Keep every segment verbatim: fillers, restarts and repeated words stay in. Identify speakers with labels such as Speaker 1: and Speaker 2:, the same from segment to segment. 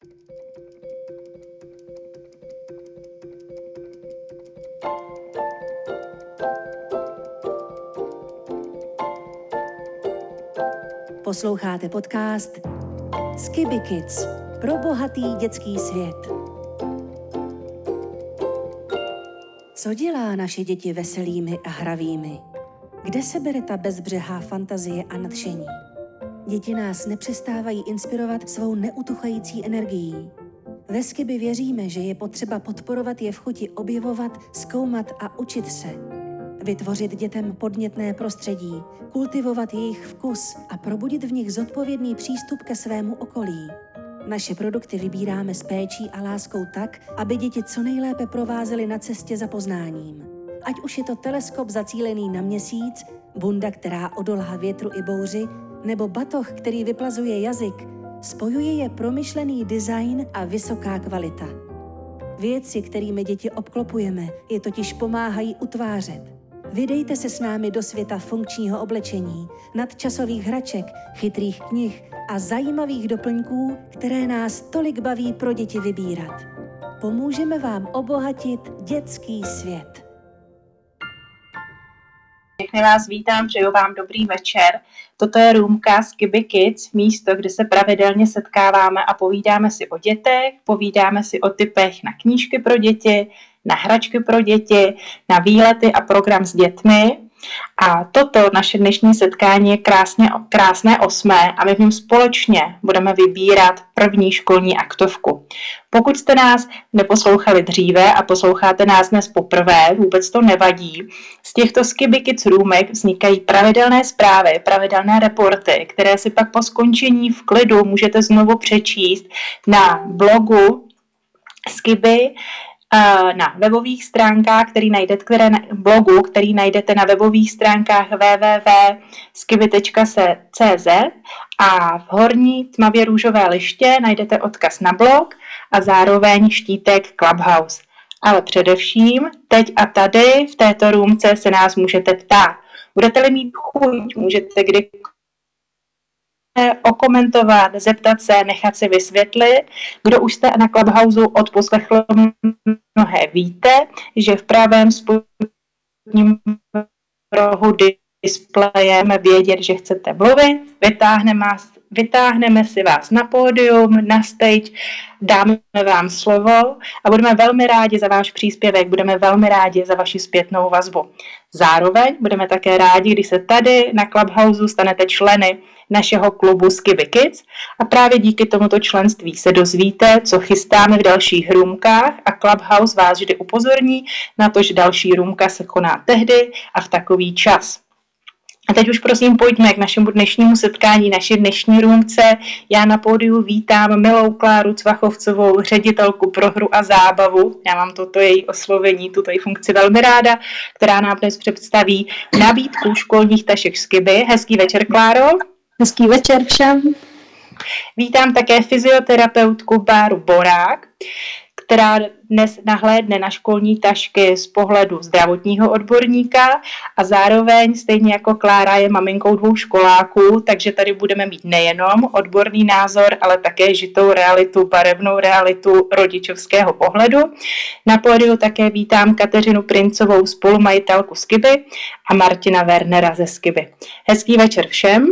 Speaker 1: Posloucháte podcast Skibi Kids pro bohatý dětský svět. Co dělá naše děti veselými a hravými? Kde se bere ta bezbřehá fantazie a nadšení? Děti nás nepřestávají inspirovat svou neutuchající energií. Ve Skibi věříme, že je potřeba podporovat je v chuti objevovat, zkoumat a učit se. Vytvořit dětem podnětné prostředí, kultivovat jejich vkus a probudit v nich zodpovědný přístup ke svému okolí. Naše produkty vybíráme s péčí a láskou tak, aby děti co nejlépe provázely na cestě za poznáním. Ať už je to teleskop zacílený na měsíc, bunda, která odolá větru i bouři, nebo batoh, který vyplazuje jazyk, spojuje je promyšlený design a vysoká kvalita. Věci, kterými děti obklopujeme, je totiž pomáhají utvářet. Vydejte se s námi do světa funkčního oblečení, nadčasových hraček, chytrých knih a zajímavých doplňků, které nás tolik baví pro děti vybírat. Pomůžeme vám obohatit dětský svět.
Speaker 2: Všechny vás vítám, přeju vám dobrý večer. Toto je Roomka Skibi Kids, místo, kde se pravidelně setkáváme a povídáme si o dětech, povídáme si o tipech na knížky pro děti, na hračky pro děti, na výlety a program s dětmi. A toto naše dnešní setkání je krásně, krásné osmé a my v něm společně budeme vybírat první školní aktovku. Pokud jste nás neposlouchali dříve a posloucháte nás dnes poprvé, vůbec to nevadí. Z těchto Skibi Kids růmek vznikají pravidelné zprávy, pravidelné reporty, které si pak po skončení v klidu můžete znovu přečíst na blogu Skibi, na webových stránkách, který najdete, které na, blogu, který najdete na webových stránkách w w w tečka skibi tečka c z a v horní tmavě růžové liště najdete odkaz na blog a zároveň štítek Clubhouse. Ale především teď a tady v této roomce se nás můžete ptát. Budete-li mít chuť, můžete kdy okomentovat, zeptat se, nechat si vysvětlit. Kdo už jste na Clubhouse odposlechl mnohé, víte, že v pravém spodním rohu displeje vědět, že chcete mluvit, vytáhneme, vytáhneme si vás na pódium, na stage, dáme vám slovo a budeme velmi rádi za váš příspěvek, budeme velmi rádi za vaši zpětnou vazbu. Zároveň budeme také rádi, když se tady na Clubhouse stanete členy našeho klubu Skibi Kids a právě díky tomuto členství se dozvíte, co chystáme v dalších roomkách a Clubhouse vás vždy upozorní na to, že další roomka se koná tehdy a v takový čas. A teď už prosím pojďme k našemu dnešnímu setkání, naší dnešní roomce. Já na pódiu vítám milou Kláru Cvachovcovou, ředitelku pro hru a zábavu. Já mám toto její oslovení, tuto její funkci velmi ráda, která nám dnes představí nabídku školních tašek Skibi. Hezký večer, Kláro.
Speaker 3: Hezký večer všem.
Speaker 2: Vítám také fyzioterapeutku Báru Borák, která dnes nahlédne na školní tašky z pohledu zdravotního odborníka a zároveň stejně jako Klára je maminkou dvou školáků, takže tady budeme mít nejenom odborný názor, ale také žitou realitu, barevnou realitu rodičovského pohledu. Na pódiu také vítám Kateřinu Princovou, spolumajitelku Skibi a Martina Wernera ze Skibi. Hezký večer všem.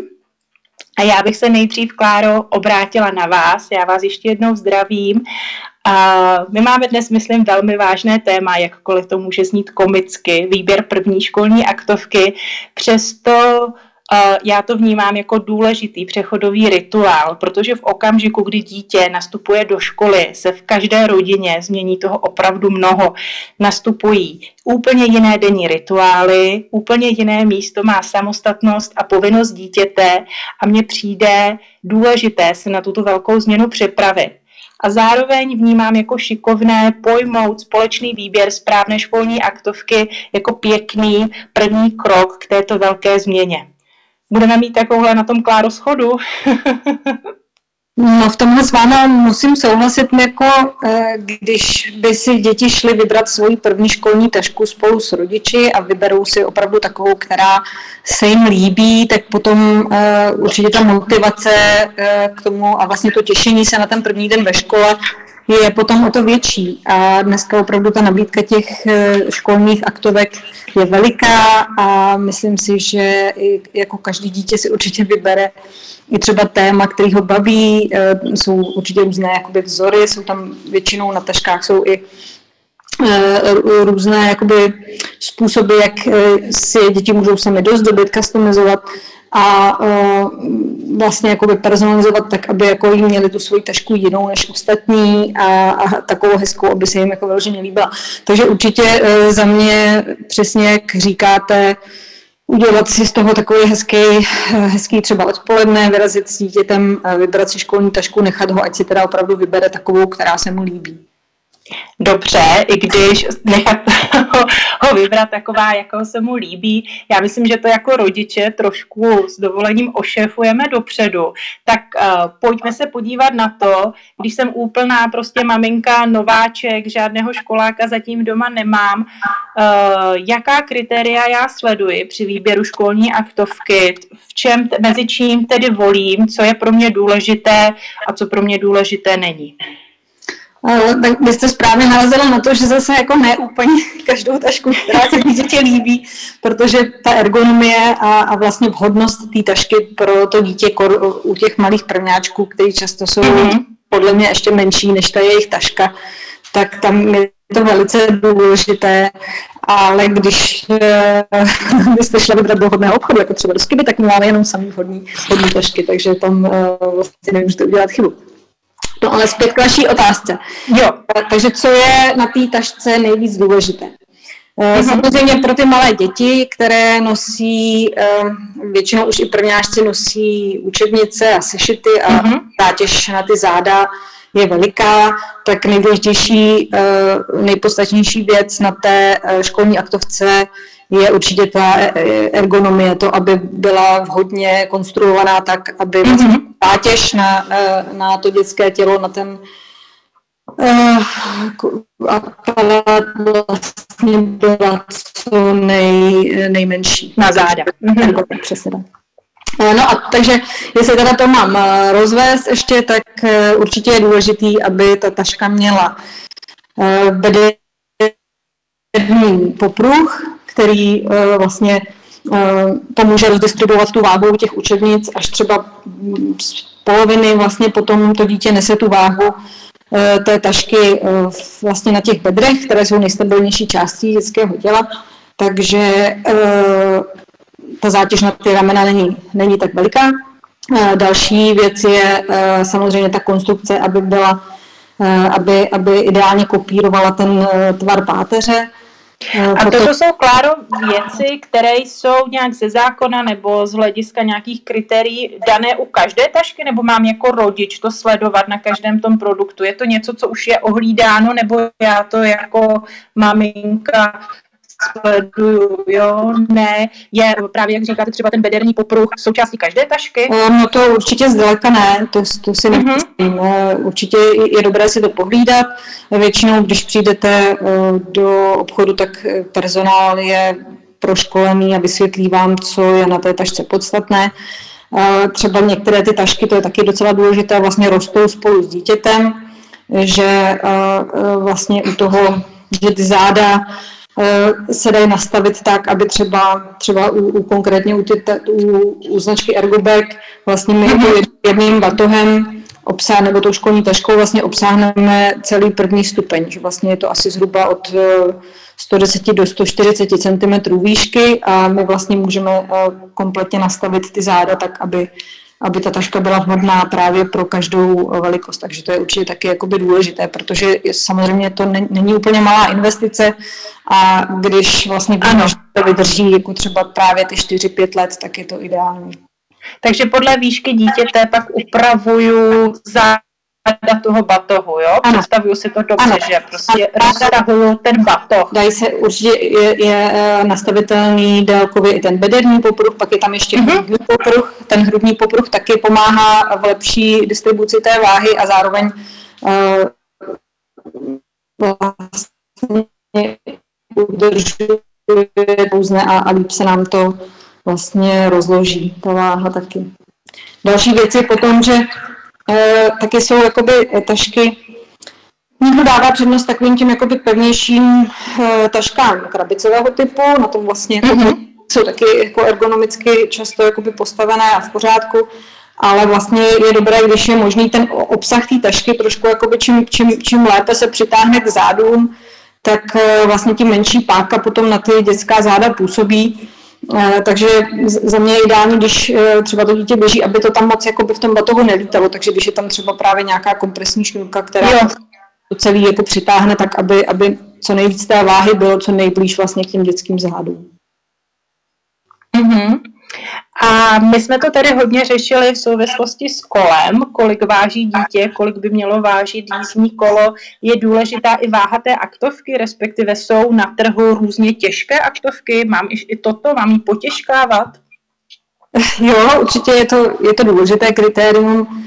Speaker 2: A já bych se nejdřív, Kláro, obrátila na vás. Já vás ještě jednou zdravím. A my máme dnes, myslím, velmi vážné téma, jakkoliv to může znít komicky, výběr první školní aktovky. Přesto uh, já to vnímám jako důležitý přechodový rituál, protože v okamžiku, kdy dítě nastupuje do školy, se v každé rodině změní toho opravdu mnoho. Nastupují úplně jiné denní rituály, úplně jiné místo má samostatnost a povinnost dítěte a mně přijde důležité se na tuto velkou změnu připravit. A zároveň vnímám jako šikovné pojmout společný výběr správné školní aktovky jako pěkný první krok k této velké změně. Budeme mít takovouhle na tom, Kláro, shodu?
Speaker 3: No v tomhle s váma musím souhlasit, jako když by si děti šly vybrat svoji první školní tašku spolu s rodiči a vyberou si opravdu takovou, která se jim líbí, tak potom určitě ta motivace k tomu a vlastně to těšení se na ten první den ve škole je potom o to větší. A dneska opravdu ta nabídka těch školních aktovek je veliká a myslím si, že i jako každý dítě si určitě vybere i třeba téma, který ho baví, jsou určitě různé jakoby vzory, jsou tam většinou na taškách jsou i různé jakoby způsoby, jak si děti můžou sami dozdobit, customizovat a vlastně jakoby personalizovat tak, aby jako jim měli tu svoji tašku jinou než ostatní a, a takovou hezkou, aby se jim jako vyloženě líbila. Takže určitě za mě přesně, jak říkáte, udělat si z toho takový hezký, hezký třeba odpoledne, vyrazit s dítětem, vybrat si školní tašku, nechat ho, ať si teda opravdu vybere takovou, která se mu líbí.
Speaker 2: Dobře, i když nechat ho, ho vybrat taková, jakou se mu líbí. Já myslím, že to jako rodiče trošku s dovolením ošefujeme dopředu. Tak uh, pojďme se podívat na to, když jsem úplná prostě maminka, nováček, žádného školáka zatím doma nemám, uh, jaká kritéria já sleduji při výběru školní aktovky, v čem, mezi čím tedy volím, co je pro mě důležité a co pro mě důležité není.
Speaker 3: Tak byste správně narazila na to, že zase jako ne úplně každou tašku, která se dítě líbí, protože ta ergonomie a, a vlastně vhodnost té tašky pro to dítě kor, u těch malých prvňáčků, který často jsou mm-hmm. podle mě ještě menší než ta jejich taška, tak tam je to velice důležité, ale když byste šla vybrat do vhodného obchodu, jako třeba do Skiby, tak my máme jenom samý vhodný, vhodný tašky, takže tam uh, vlastně nemůžete udělat chybu. No ale zpět k vaší otázce. Jo, takže co je na té tašce nejvíc důležité? Mm-hmm. Samozřejmě pro ty malé děti, které nosí, většinou už i prvňáčci nosí učebnice a sešity a mm-hmm. zátěž na ty záda je veliká, tak nejdůležitější, nejpodstatnější věc na té školní aktovce je určitě ta ergonomie, to, aby byla vhodně konstruovaná tak, aby mm-hmm. zátěž na, na to dětské tělo, na ten aparát vlastně byla co nej, nejmenší.
Speaker 2: Na záda.
Speaker 3: Mm-hmm. Přesně tak. No a takže, jestli teda to mám rozvést ještě, tak určitě je důležitý, aby ta taška měla bedevní popruh, který uh, vlastně uh, pomůže rozdistribuovat tu váhu těch učebnic, až třeba z poloviny vlastně potom to dítě nese tu váhu uh, té tašky uh, vlastně na těch bedrech, které jsou nejstabilnější částí dětského těla, takže uh, ta zátěž na ty ramena není, není tak veliká. Uh, další věc je uh, samozřejmě ta konstrukce, aby byla, uh, aby, aby ideálně kopírovala ten uh, tvar páteře.
Speaker 2: A toto jsou, Kláro, věci, které jsou nějak ze zákona nebo z hlediska nějakých kritérií dané u každé tašky, nebo mám jako rodič to sledovat na každém tom produktu? Je to něco, co už je ohlídáno, nebo já to jako maminka sleduju, jo, ne, je právě, jak říkáte, třeba ten bederní popruh součástí každé tašky?
Speaker 3: No to určitě zdaleka ne, to, to si nemyslím. Mm-hmm. Určitě je dobré si to pohlídat. Většinou, když přijdete do obchodu, tak personál je proškolený a vysvětlí vám, co je na té tašce podstatné. Třeba některé ty tašky, to je taky docela důležité, vlastně rostou spolu s dítětem, že vlastně u toho, že ty záda se dají nastavit tak, aby třeba, třeba u, u konkrétně u, ty, u, u značky Ergobag vlastně my mm-hmm. jedným batohem obsáh, nebo tou školní taškou vlastně obsáhneme celý první stupeň, že vlastně je to asi zhruba od sto deset do sto čtyřicet centimetrů výšky a my vlastně můžeme kompletně nastavit ty záda tak, aby aby ta taška byla vhodná právě pro každou velikost. Takže to je určitě taky jakoby důležité, protože samozřejmě to není úplně malá investice a když vlastně to vydrží jako třeba právě ty čtyři pět let, tak je to ideální.
Speaker 2: Takže podle výšky dítěte pak upravuju záda toho batohu, jo?
Speaker 3: Ano.
Speaker 2: Představuju si to dobře,
Speaker 3: Ano.
Speaker 2: že prostě roztahuju ten batoh.
Speaker 3: Dají se určitě, je, je nastavitelný délkově i ten bederní popruh, pak je tam ještě
Speaker 2: Mhm.
Speaker 3: hrudní popruh. Ten hrudní popruh taky pomáhá v lepší distribuci té váhy a zároveň uh, vlastně udržuje různé a, a líp se nám to vlastně rozloží, ta váha taky. Další věc je potom, že e, taky jsou jakoby tašky, někdo dává přednost takovým těm jakoby pevnějším e, taškám krabicového typu, na tom vlastně mm-hmm. jsou taky jako ergonomicky často jakoby postavené a v pořádku, ale vlastně je dobré, když je možný ten obsah té tašky trošku jakoby čím, čím, čím lépe se přitáhne k zádům, tak vlastně tím menší páka potom na ty dětská záda působí. Takže za mě je ideální, když třeba to dítě běží, aby to tam moc jakoby v tom batohu nelítalo, takže když je tam třeba právě nějaká kompresní šňůrka, která jo. to celý jako přitáhne, tak aby, aby co nejvíc té váhy bylo co nejblíž vlastně k těm dětským zádům.
Speaker 2: Mm-hmm. A my jsme to tady hodně řešili v souvislosti s kolem, kolik váží dítě, kolik by mělo vážit jízdní kolo. Je důležitá i váha té aktovky, respektive jsou na trhu různě těžké aktovky. Mám i toto, mám ji potěžkávat?
Speaker 3: Jo, určitě je to, je to důležité kritérium,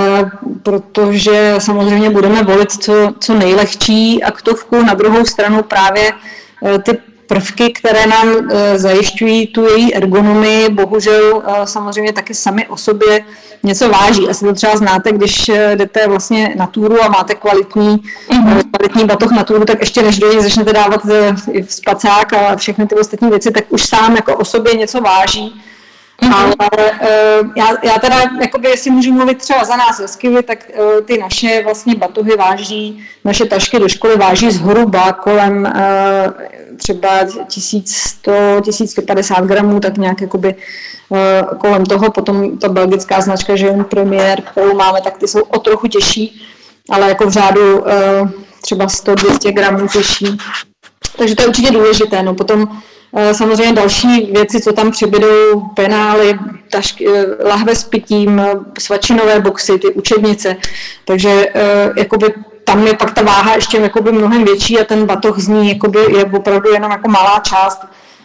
Speaker 3: protože samozřejmě budeme volit co, co nejlehčí aktovku. Na druhou stranu právě ty prvky, které nám e, zajišťují tu její ergonomii, bohužel e, samozřejmě taky sami o sobě něco váží. Asi to třeba znáte, když jdete vlastně na túru a máte kvalitní, mm-hmm. e, kvalitní batoh na túru, tak ještě než do něj začnete dávat e, spacák a všechny ty ostatní věci, tak už sám jako o sobě něco váží. Mm-hmm. Ale uh, já, já teda, jakoby, jestli můžu mluvit třeba za nás ve Skivy, tak uh, ty naše vlastně batohy váží, naše tašky do školy váží zhruba kolem uh, třeba tisíc sto, tisíc sto padesát gramů, tak nějak jakoby uh, kolem toho. Potom ta belgická značka Jeune Premier, kterou máme, tak ty jsou o trochu těžší, ale jako v řádu uh, třeba sto až dvě stě gramů těžší. Takže to je určitě důležité. No potom samozřejmě další věci, co tam přibydou, penály, tašky, lahve s pitím, svačinové boxy, ty učebnice. Takže jakoby, tam je pak ta váha ještě jakoby mnohem větší a ten batoh z ní jakoby, je opravdu jenom jako malá část.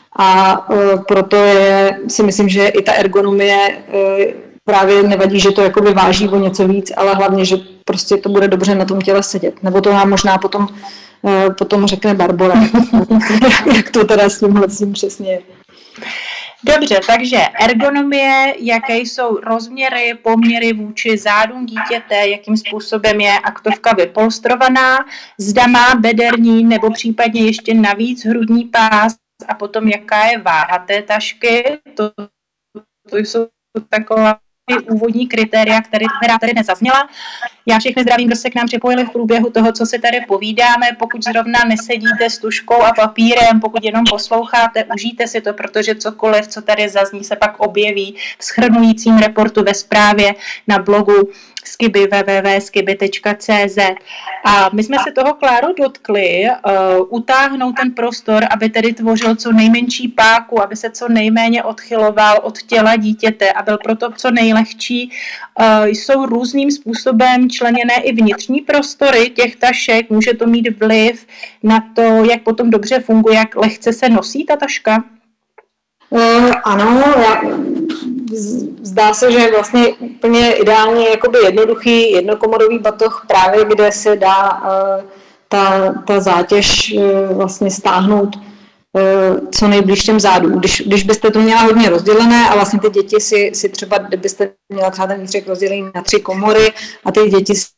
Speaker 3: A proto je, si myslím, že i ta ergonomie právě nevadí, že to jakoby váží o něco víc, ale hlavně, že prostě to bude dobře na tom těle sedět. Nebo to nám možná potom potom řekne Barbora, jak to teda s tímhle s tím přesně je.
Speaker 2: Dobře, takže ergonomie, jaké jsou rozměry, poměry vůči zádům dítěte, jakým způsobem je aktovka vypolstrovaná, zda má bederní nebo případně ještě navíc hrudní pás a potom jaká je váha té tašky, to, to jsou taková úvodní kritéria, které, která tady nezazněla. Já všechny zdravím, kdo se k nám připojili v průběhu toho, co si tady povídáme. Pokud zrovna nesedíte s tužkou a papírem, pokud jenom posloucháte, užijte si to, protože cokoliv, co tady zazní, se pak objeví v shrnujícím reportu ve zprávě na blogu Skiby, w w w tečka skiby tečka c z. A my jsme se toho, Kláro, dotkli, uh, utáhnout ten prostor, aby tedy tvořil co nejmenší páku, aby se co nejméně odchyloval od těla dítěte a byl proto co nejlehčí. Uh, jsou různým způsobem členěné i vnitřní prostory těch tašek, může to mít vliv na to, jak potom dobře funguje, jak lehce se nosí ta taška?
Speaker 3: Uh, ano, já, zdá se, že vlastně úplně ideálně jakoby jednoduchý jednokomorový batoh, právě kde se dá uh, ta, ta zátěž uh, vlastně stáhnout uh, co nejblíž těm zádům. Když, když byste to měla hodně rozdělené a vlastně ty děti si, si třeba, kdybyste měla třeba ten výstřek rozdělený na tři komory a ty děti si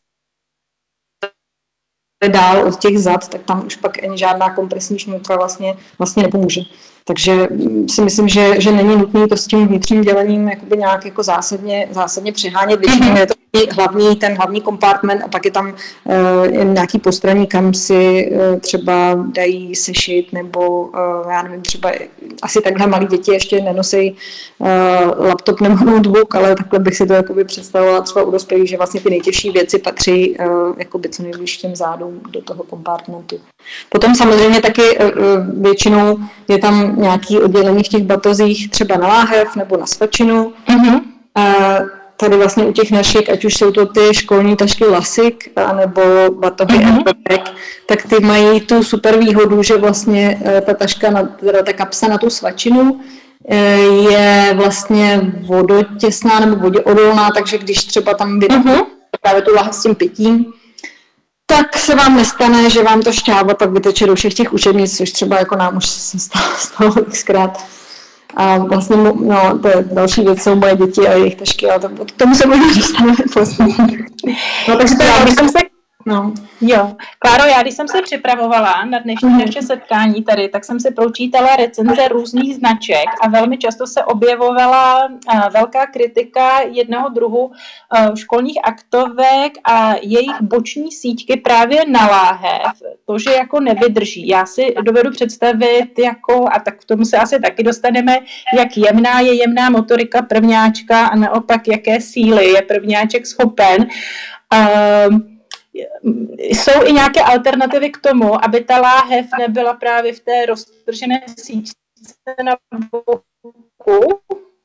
Speaker 3: dál od těch zad, tak tam už pak ani žádná kompresní šňůrka vlastně, vlastně nepomůže. Takže si myslím, že, že není nutné to s tím vnitřním dělením jakoby nějak jako zásadně, zásadně přehánět. Většinou je to hlavní, ten hlavní kompartment a pak je tam uh, nějaký postranní, kam si uh, třeba dají sešit nebo uh, já nevím, třeba asi takhle malí děti ještě nenosí uh, laptop nebo notebook, ale takhle bych si to jakoby představovala třeba u dospělých, že vlastně ty nejtěžší věci patří uh, jakoby co nejblíž těm zádům do toho kompartmentu. Potom samozřejmě taky uh, většinou je tam nějaké oddělení v těch batozích třeba na láhev nebo na svačinu. Mm-hmm. tady vlastně u těch našich, ať už jsou to ty školní tašky Lasik, nebo batohy
Speaker 2: Mhm.
Speaker 3: R P P, tak ty mají tu super výhodu, že vlastně eh, ta taška, na, teda ta kapsa na tu svačinu eh, je vlastně vodotěsná nebo voděodolná, takže když třeba tam vydáte
Speaker 2: Mhm.
Speaker 3: právě tu láhev s tím pitím, tak se vám nestane, že vám to šťáva pak vyteče do všech těch učebnic, což třeba jako nám už se stalo, stalo xkrát. A vlastně, no, to je další věc, jsou moje děti a jejich tašky, ale to, k tomu se možná dostaneme později. No, takže to
Speaker 2: Já
Speaker 3: je,
Speaker 2: bych se
Speaker 3: no.
Speaker 2: Jo, Kláro, já když jsem se připravovala na dnešní
Speaker 3: Mhm.
Speaker 2: naše setkání tady, tak jsem si pročítala recenze různých značek a velmi často se objevovala uh, velká kritika jednoho druhu uh, školních aktovek a jejich boční síťky právě na láhev, to, že jako nevydrží. Já si dovedu představit, jako, a tak k tomu se asi taky dostaneme, jak jemná je jemná motorika prvňáčka a naopak jaké síly je prvňáček schopen. Uh, Jsou i nějaké alternativy k tomu, aby ta láhev nebyla právě v té roztržené síťce na boku?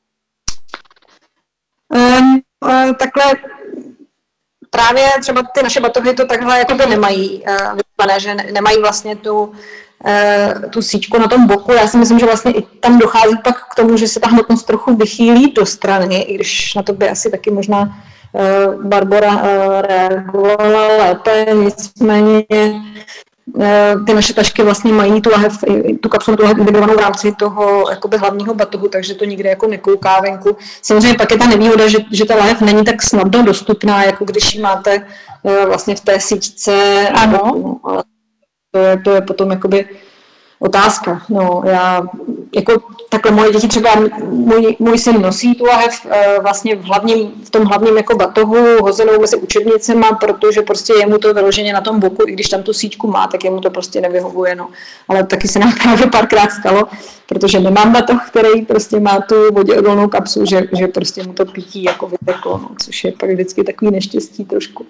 Speaker 3: Um, uh, takhle právě třeba ty naše batohy to takhle jakoby nemají, uh, vypadá, že ne, nemají vlastně tu, uh, tu síťku na tom boku. Já si myslím, že vlastně i tam dochází pak k tomu, že se ta hmotnost trochu vychýlí do strany, i když na to by asi taky možná Barbora reagovala lépe, nicméně ty naše tašky vlastně mají tu lahev, tu kapsulu, tu lahev integrovanou v rámci toho jakoby hlavního batohu, takže to nikde jako nekouká venku. Samozřejmě pak je ta nevýhoda, že, že ta lahev není tak snadno dostupná, jako když ji máte vlastně v té síťce.
Speaker 2: Ano.
Speaker 3: No, ale to je, to je potom jakoby otázka. No, já, jako takhle moje děti třeba, můj, můj syn nosí tu lahev e, vlastně v, hlavním, v tom hlavním jako batohu hozenou mezi učebnicema, protože prostě jemu to vyloženě na tom boku, i když tam tu síťku má, tak jemu to prostě nevyhovuje. No. Ale taky se nám právě párkrát stalo, protože nemám batoh, který prostě má tu voděodolnou kapsu, že, že prostě mu to pití jako vyteklo, no, což je pak vždycky takový neštěstí trošku.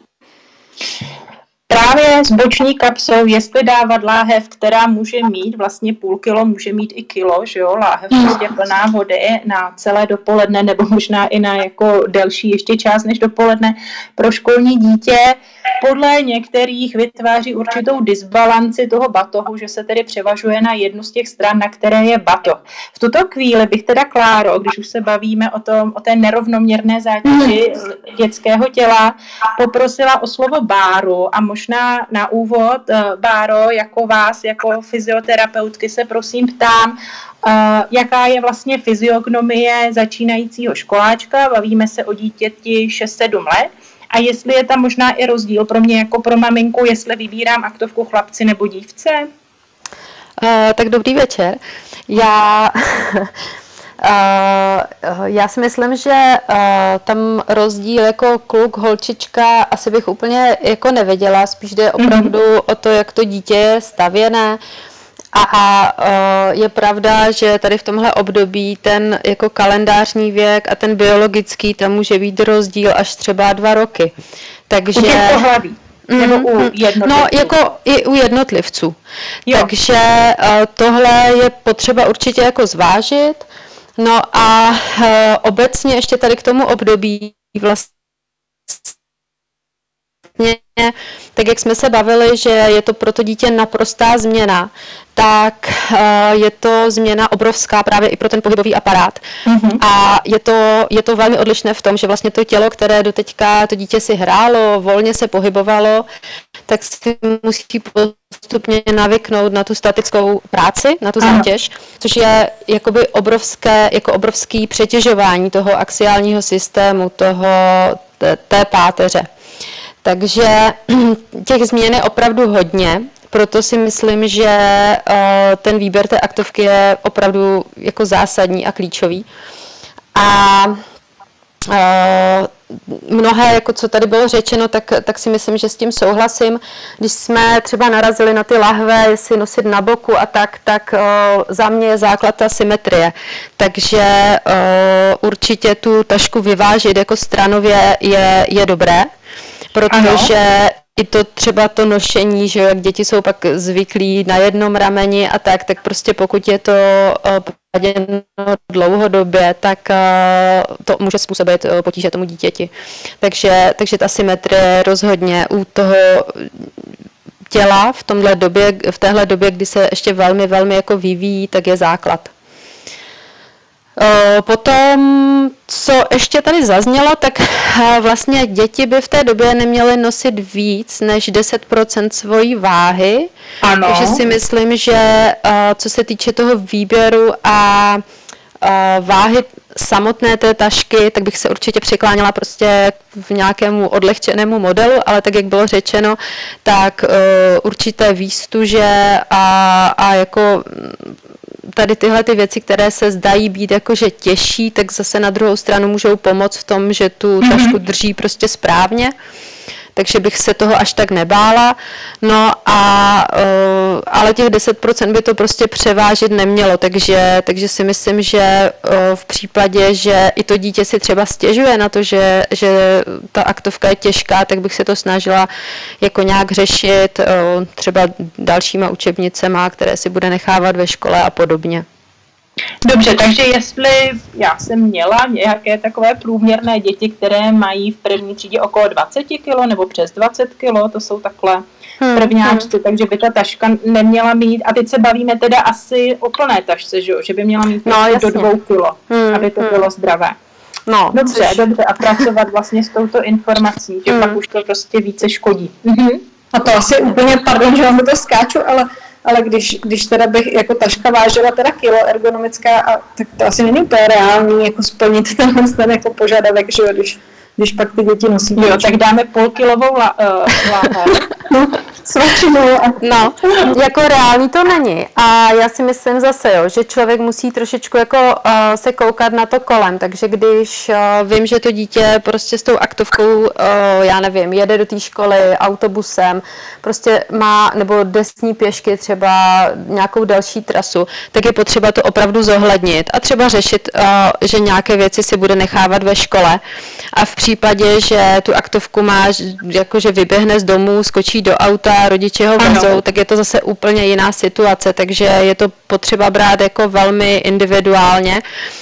Speaker 2: Právě s boční kapsou, jestli dávat láhev, která může mít vlastně půl kilo, může mít i kilo, že jo, láhev prostě plná vody na celé dopoledne, nebo možná i na jako delší ještě čas než dopoledne pro školní dítě, podle některých vytváří určitou disbalanci toho batohu, že se tedy převažuje na jednu z těch stran, na které je batoh. V tuto chvíli bych teda, Kláro, když už se bavíme o, tom, o té nerovnoměrné zátěži dětského těla, poprosila o slovo Báru a možná na úvod, Báro, jako vás, jako fyzioterapeutky se prosím ptám, Uh, jaká je vlastně fyziognomie začínajícího školáčka, bavíme se o dítěti šest sedm let, a jestli je tam možná i rozdíl pro mě jako pro maminku, jestli vybírám aktovku chlapci nebo dívce?
Speaker 4: Uh, tak dobrý večer. Já, uh, já si myslím, že uh, tam rozdíl jako kluk, holčička asi bych úplně jako nevěděla, spíš jde opravdu mm-hmm. o to, jak to dítě je stavěné. A uh, je pravda, že tady v tomhle období ten jako kalendářní věk a ten biologický, tam může být rozdíl až třeba dva roky. Takže...
Speaker 2: U těch pohlaví. Nebo u jednotlivců?
Speaker 4: No, jako i u jednotlivců.
Speaker 2: Jo.
Speaker 4: Takže uh, tohle je potřeba určitě jako zvážit. No a uh, obecně ještě tady k tomu období vlastně tak jak jsme se bavili, že je to pro to dítě naprostá změna, tak uh, je to změna obrovská právě i pro ten pohybový aparát. Mm-hmm. A je to, je to velmi odlišné v tom, že vlastně to tělo, které doteďka to dítě si hrálo, volně se pohybovalo, tak si musí postupně navyknout na tu statickou práci, na tu zátěž, což je jakoby obrovské, jako obrovský přetěžování toho axiálního systému, toho, té, té páteře. Takže těch změn je opravdu hodně, proto si myslím, že ten výběr té aktovky je opravdu jako zásadní a klíčový. A mnohé, jako co tady bylo řečeno, tak, tak si myslím, že s tím souhlasím. Když jsme třeba narazili na ty lahve, jestli nosit na boku a tak, tak za mě je základ ta symetrie. Takže určitě tu tašku vyvážit jako stranově je, je dobré. Protože ano. i to třeba to nošení, že jak děti jsou pak zvyklí na jednom rameni a tak, tak prostě pokud je to dlouhodobě, tak to může způsobit potíže tomu dítěti. Takže, takže ta symetrie rozhodně u toho těla v tomhle době, v téhle době, kdy se ještě velmi, velmi jako vyvíjí, tak je základ. Potom, co ještě tady zaznělo, tak vlastně děti by v té době neměly nosit víc než deset procent svojí váhy.
Speaker 2: Ano.
Speaker 4: Takže si myslím, že co se týče toho výběru a váhy samotné té tašky, tak bych se určitě přikláněla prostě v nějakému odlehčenému modelu, ale tak, jak bylo řečeno, tak uh, určité výstuže a, a jako tady tyhle ty věci, které se zdají být jakože těžší, tak zase na druhou stranu můžou pomoct v tom, že tu tašku drží prostě správně. Takže bych se toho až tak nebála. No a, uh, ale těch deset procent by to prostě převážit nemělo, takže, takže si myslím, že uh, v případě, že i to dítě si třeba stěžuje na to, že, že ta aktovka je těžká, tak bych se to snažila jako nějak řešit uh, třeba dalšíma učebnicema, které si bude nechávat ve škole a podobně.
Speaker 2: Dobře, takže jestli já jsem měla nějaké takové průměrné děti, které mají v první třídě okolo dvacet kilo nebo přes dvacet kilo, to jsou takhle
Speaker 4: hmm,
Speaker 2: prvňáčci,
Speaker 4: hmm.
Speaker 2: takže by ta taška neměla mít, a teď se bavíme teda asi o plné tašce, že, že by měla mít
Speaker 4: no,
Speaker 2: do dvou kilo, hmm, aby to hmm. bylo zdravé.
Speaker 4: No,
Speaker 2: dobře,
Speaker 4: což...
Speaker 2: dobře, a pracovat vlastně s touto informací, že hmm. pak už to prostě více škodí. Mhm.
Speaker 3: A to asi úplně, pardon, že vám to skáču, ale ale když, když teda bych jako taška vážila teda kilo ergonomická, a, tak to asi není úplně reálný jako splnit tenhle ten jako požadavek, že jo, když, když pak ty děti nosí.
Speaker 2: Jo, tak dáme půlkilovou la, uh, láhev.
Speaker 3: No, svačinu. A...
Speaker 4: No, jako reálný to není. A já si myslím zase, jo, že člověk musí trošičku jako uh, se koukat na to kolem, takže když uh, vím, že to dítě prostě s tou aktovkou, uh, já nevím, jede do té školy autobusem, prostě má, nebo jde s ní pěšky třeba nějakou další trasu, tak je potřeba to opravdu zohlednit a třeba řešit, uh, že nějaké věci si bude nechávat ve škole. A v případě, že tu aktovku má, jakože vyběhne z domu, skočí do auta, rodiče ho vezou, tak je to zase úplně jiná situace, takže je to potřeba brát jako velmi individuálně.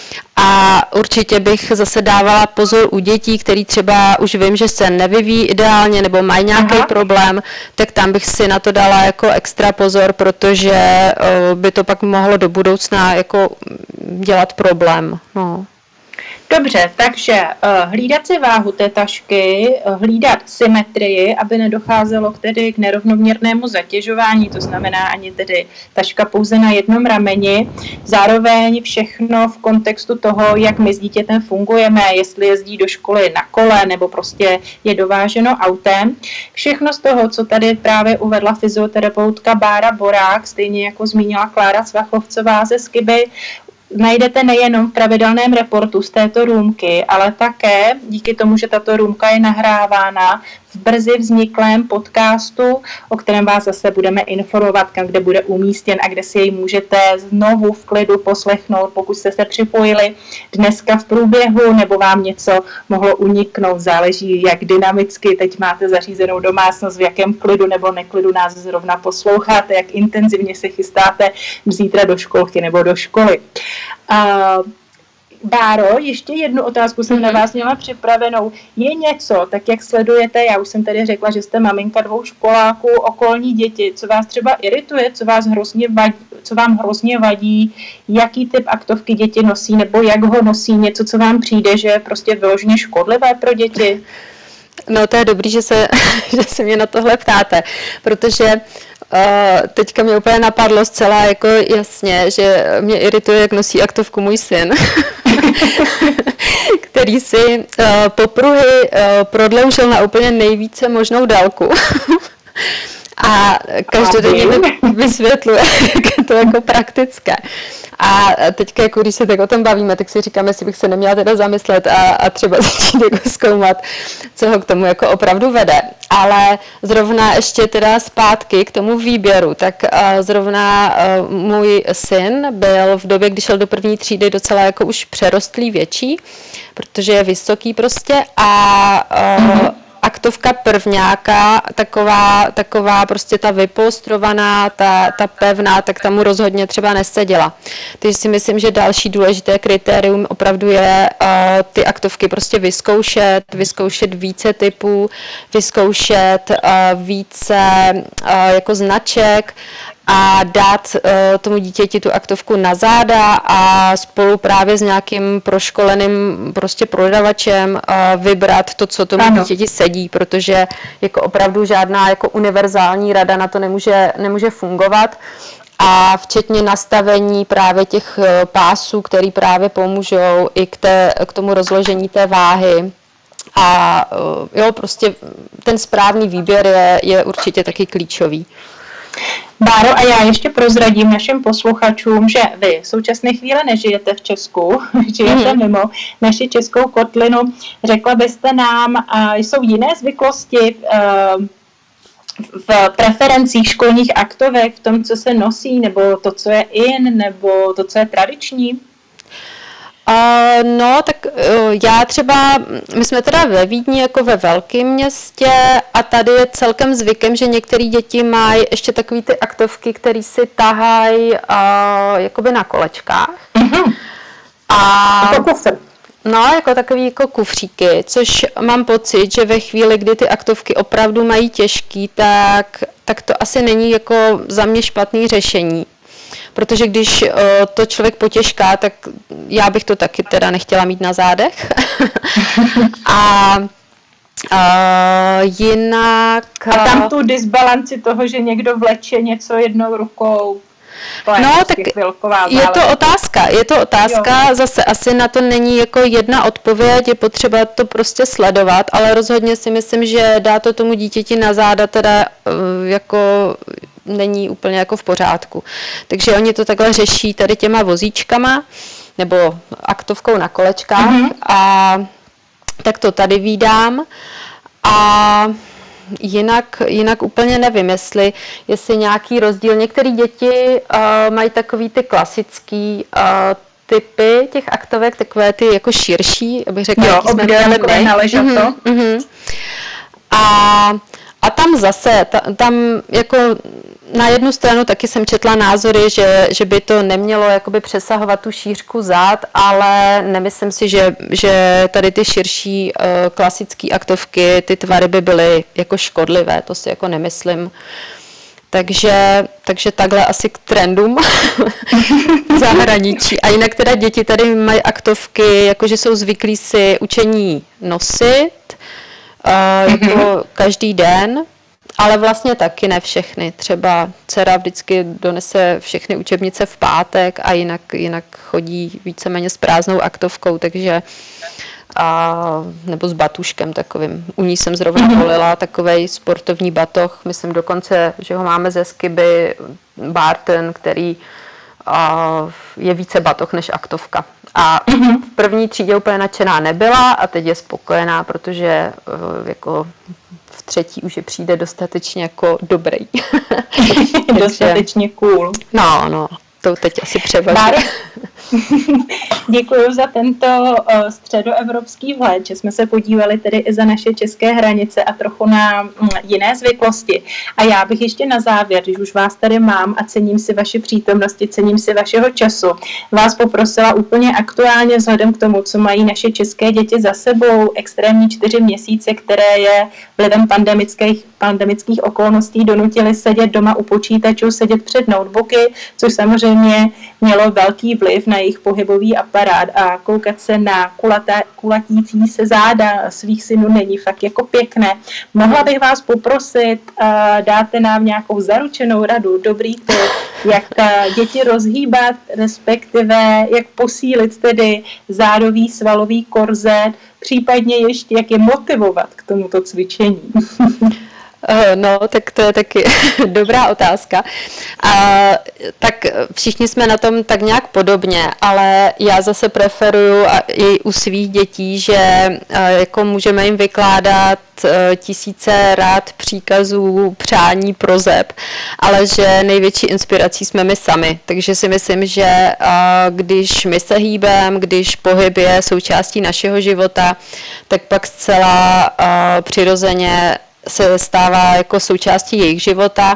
Speaker 4: A určitě bych zase dávala pozor u dětí, který třeba už vím, že se nevyvíjí ideálně nebo mají nějaký Aha. problém, tak tam bych si na to dala jako extra pozor, protože by to pak mohlo do budoucna jako dělat problém. No.
Speaker 2: Dobře, takže uh, hlídat si váhu té tašky, uh, hlídat symetrii, aby nedocházelo k, tedy k nerovnoměrnému zatěžování, to znamená ani tedy taška pouze na jednom rameni. Zároveň všechno v kontextu toho, jak my s dítětem fungujeme, jestli jezdí do školy na kole nebo prostě je dováženo autem. Všechno z toho, co tady právě uvedla fyzioterapeutka Bára Borák, stejně jako zmínila Klára Cvachovcová ze Skiby, najdete nejenom v pravidelném reportu z této růmky, ale také díky tomu, že tato růmka je nahrávána v brzy vzniklém podcastu, o kterém vás zase budeme informovat, kde bude umístěn a kde si jej můžete znovu v klidu poslechnout, pokud jste se připojili dneska v průběhu, nebo vám něco mohlo uniknout, záleží, jak dynamicky teď máte zařízenou domácnost, v jakém klidu nebo neklidu nás zrovna posloucháte, jak intenzivně se chystáte zítra do školky nebo do školy. Uh, Báro, ještě jednu otázku jsem mm-hmm. na vás měla připravenou. Je něco, tak jak sledujete, já už jsem tady řekla, že jste maminka dvou školáků, okolní děti, co vás třeba irituje, co, vás hrozně vadí, co vám hrozně vadí, jaký typ aktovky děti nosí, nebo jak ho nosí, něco, co vám přijde, že je prostě vyloženě škodlivé pro děti?
Speaker 4: No to je dobrý, že se, že se mě na tohle ptáte, protože Uh, teďka mě úplně napadlo zcela jako jasně, že mě irituje, jak nosí aktovku můj syn, který si uh, popruhy uh, prodloužil na úplně nejvíce možnou délku. A každodenně mi vysvětluje, jak je to jako praktické. A teďka, jako když se tak o tom bavíme, tak si říkáme, jestli bych se neměla teda zamyslet a, a třeba začít jako zkoumat, co ho k tomu jako opravdu vede. Ale zrovna ještě teda zpátky k tomu výběru, tak uh, zrovna uh, můj syn byl v době, kdy šel do první třídy, docela jako už přerostlý větší, protože je vysoký prostě a uh, aktovka prvňáka, taková, taková prostě ta vypolstrovaná, ta, ta pevná, tak tam mu rozhodně třeba neseděla. Takže si myslím, že další důležité kritérium opravdu je uh, ty aktovky prostě vyzkoušet, vyzkoušet více typů, vyzkoušet uh, více uh, jako značek a dát uh, tomu dítěti tu aktovku na záda a spolu právě s nějakým proškoleným prostě prodavačem uh, vybrat to, co tomu ano. dítěti sedí, protože jako opravdu žádná jako univerzální rada na to nemůže, nemůže fungovat. A včetně nastavení právě těch pásů, který právě pomůžou i k, té, k tomu rozložení té váhy. A jo, prostě ten správný výběr je, je určitě taky klíčový.
Speaker 2: Báro, a já ještě prozradím našim posluchačům, že vy v současné chvíli nežijete v Česku, žijete mm. mimo naši českou kotlinu. Řekla byste nám, a jsou jiné zvyklosti v preferencích školních aktovek, v tom, co se nosí, nebo to, co je in, nebo to, co je tradiční?
Speaker 4: Uh, no, tak uh, já třeba, my jsme teda ve Vídni jako ve velkém městě a tady je celkem zvykem, že některé děti mají ještě takový ty aktovky, které si tahají uh, jakoby na kolečkách. Mm-hmm. A
Speaker 2: jako kufr.
Speaker 4: No, jako takový jako kufříky, což mám pocit, že ve chvíli, kdy ty aktovky opravdu mají těžký, tak, tak to asi není jako za mě špatný řešení. Protože když uh, to člověk potěžká, tak já bych to taky teda nechtěla mít na zádech. a uh, jinak...
Speaker 2: A tam tu disbalanci toho, že někdo vleče něco jednou rukou, to je,
Speaker 4: no, tak je to otázka, je to otázka, jo. Zase asi na to není jako jedna odpověď, je potřeba to prostě sledovat, ale rozhodně si myslím, že dá to tomu dítěti na záda teda uh, jako... není úplně jako v pořádku. Takže oni to takhle řeší tady těma vozíčkama nebo aktovkou na kolečkách mm-hmm. a tak to tady vídám a jinak, jinak úplně nevím, jestli, jestli nějaký rozdíl. Některé děti uh, mají takový ty klasický uh, typy těch aktovek, takové ty jako širší, abych řekla,
Speaker 2: jo, obdélkové na ležato.
Speaker 4: Mm-hmm, mm-hmm. A A tam zase, ta, tam jako na jednu stranu taky jsem četla názory, že, že by to nemělo jakoby přesahovat tu šířku zád, ale nemyslím si, že, že tady ty širší uh, klasické aktovky, ty tvary by byly jako škodlivé, to si jako nemyslím. Takže, takže takhle asi k trendům v zahraničí. A jinak teda děti tady mají aktovky, jakože jsou zvyklí si učení nosit, Uh, jako každý den, ale vlastně taky ne všechny. Třeba dcera vždycky donese všechny učebnice v pátek a jinak, jinak chodí víceméně s prázdnou aktovkou, takže a, nebo s batuškem takovým. U ní jsem zrovna volila takovej sportovní batoh, myslím dokonce, že ho máme ze Skiby Barton, který a, je více batoh než aktovka. A v první třídě úplně nadšená nebyla a teď je spokojená, protože jako v třetí už je přijde dostatečně jako dobrý.
Speaker 2: Dostatečně cool.
Speaker 4: No, no, to teď asi převažuje.
Speaker 2: Děkuji za tento uh, středoevropský vhled, že jsme se podívali tedy i za naše české hranice a trochu na um, jiné zvyklosti. A já bych ještě na závěr, když už vás tady mám a cením si vaši přítomnosti, cením si vašeho času, vás poprosila úplně aktuálně vzhledem k tomu, co mají naše české děti za sebou, extrémní čtyři měsíce, které je vlivem pandemických, pandemických okolností donutily sedět doma u počítačů, sedět před notebooky, což samozřejmě mělo velký vliv na jejich pohybový aparát a koukat se na kulatá, kulatící se záda svých synů není fakt jako pěkné. Mohla bych vás poprosit, uh, dáte nám nějakou zaručenou radu, dobrý tip, jak uh, děti rozhýbat, respektive jak posílit tedy zádový svalový korzet, případně ještě jak je motivovat k tomuto cvičení.
Speaker 4: No, tak to je taky dobrá otázka. A, tak všichni jsme na tom tak nějak podobně, ale já zase preferuju a i u svých dětí, že jako můžeme jim vykládat tisíce rád příkazů, přání, proseb, ale že největší inspirací jsme my sami. Takže si myslím, že když my se hýbeme, když pohyb je součástí našeho života, tak pak zcela přirozeně se stává jako součástí jejich života.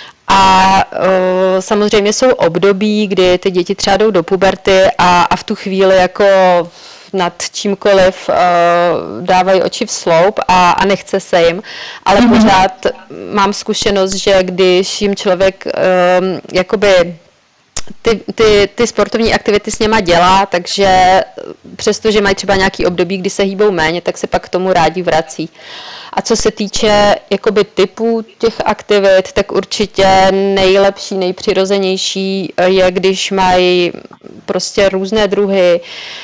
Speaker 4: A uh, samozřejmě jsou období, kdy ty děti třeba jdou do puberty a, a v tu chvíli jako nad čímkoliv uh, dávají oči v sloup a, a nechce se jim, ale mm-hmm. pořád mám zkušenost, že když jim člověk um, jakoby Ty, ty, ty sportovní aktivity s něma dělá, takže přestože mají třeba nějaký období, kdy se hýbou méně, tak se pak k tomu rádi vrací. A co se týče jakoby typů těch aktivit, tak určitě nejlepší, nejpřirozenější je, když mají prostě různé druhy.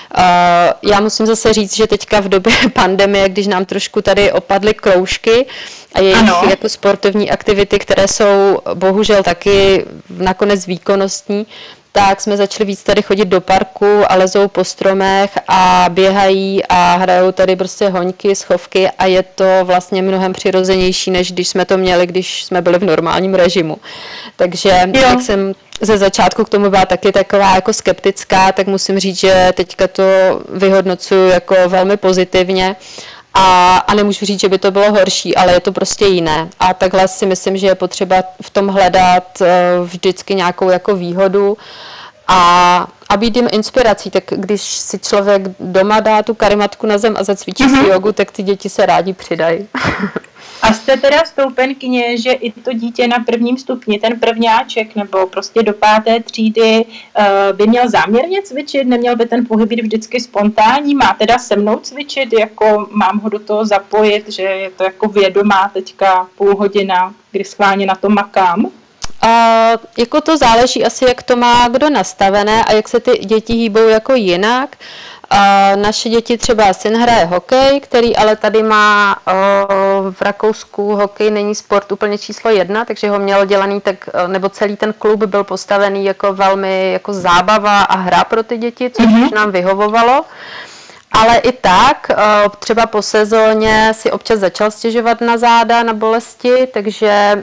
Speaker 4: Já musím zase říct, že teďka v době pandemie, když nám trošku tady opadly kroužky a jejich jako sportovní aktivity, které jsou bohužel taky nakonec výkonnostní, tak jsme začali víc tady chodit do parku a lezou po stromech a běhají a hrajou tady prostě hoňky, schovky a je to vlastně mnohem přirozenější, než když jsme to měli, když jsme byli v normálním režimu. Takže jo. Jak jsem ze začátku k tomu byla taky taková jako skeptická, tak musím říct, že teďka to vyhodnocuju jako velmi pozitivně. A, a nemůžu říct, že by to bylo horší, ale je to prostě jiné. A takhle si myslím, že je potřeba v tom hledat vždycky nějakou jako výhodu a, a být jim inspirací. Tak když si člověk doma dá tu karimatku na zem a zacvičí mm-hmm. si jogu, tak ty děti se rádi přidají.
Speaker 2: A jste teda stoupenkyně, že i to dítě na prvním stupni, ten prvňáček nebo prostě do páté třídy by měl záměrně cvičit, neměl by ten pohyb být vždycky spontánní, má teda se mnou cvičit, jako mám ho do toho zapojit, že je to jako vědomá teďka půl hodina, kdy schválně na to makám?
Speaker 4: Uh, jako to záleží asi, jak to má kdo nastavené a jak se ty děti hýbou jako jinak. Uh, naše děti třeba syn hraje hokej, který ale tady má uh, v Rakousku hokej není sport úplně číslo jedna, takže ho měl dělaný tak, nebo celý ten klub byl postavený jako velmi jako zábava a hra pro ty děti, což mm-hmm. nám vyhovovalo. Ale i tak, třeba po sezóně si občas začal stěžovat na záda, na bolesti, takže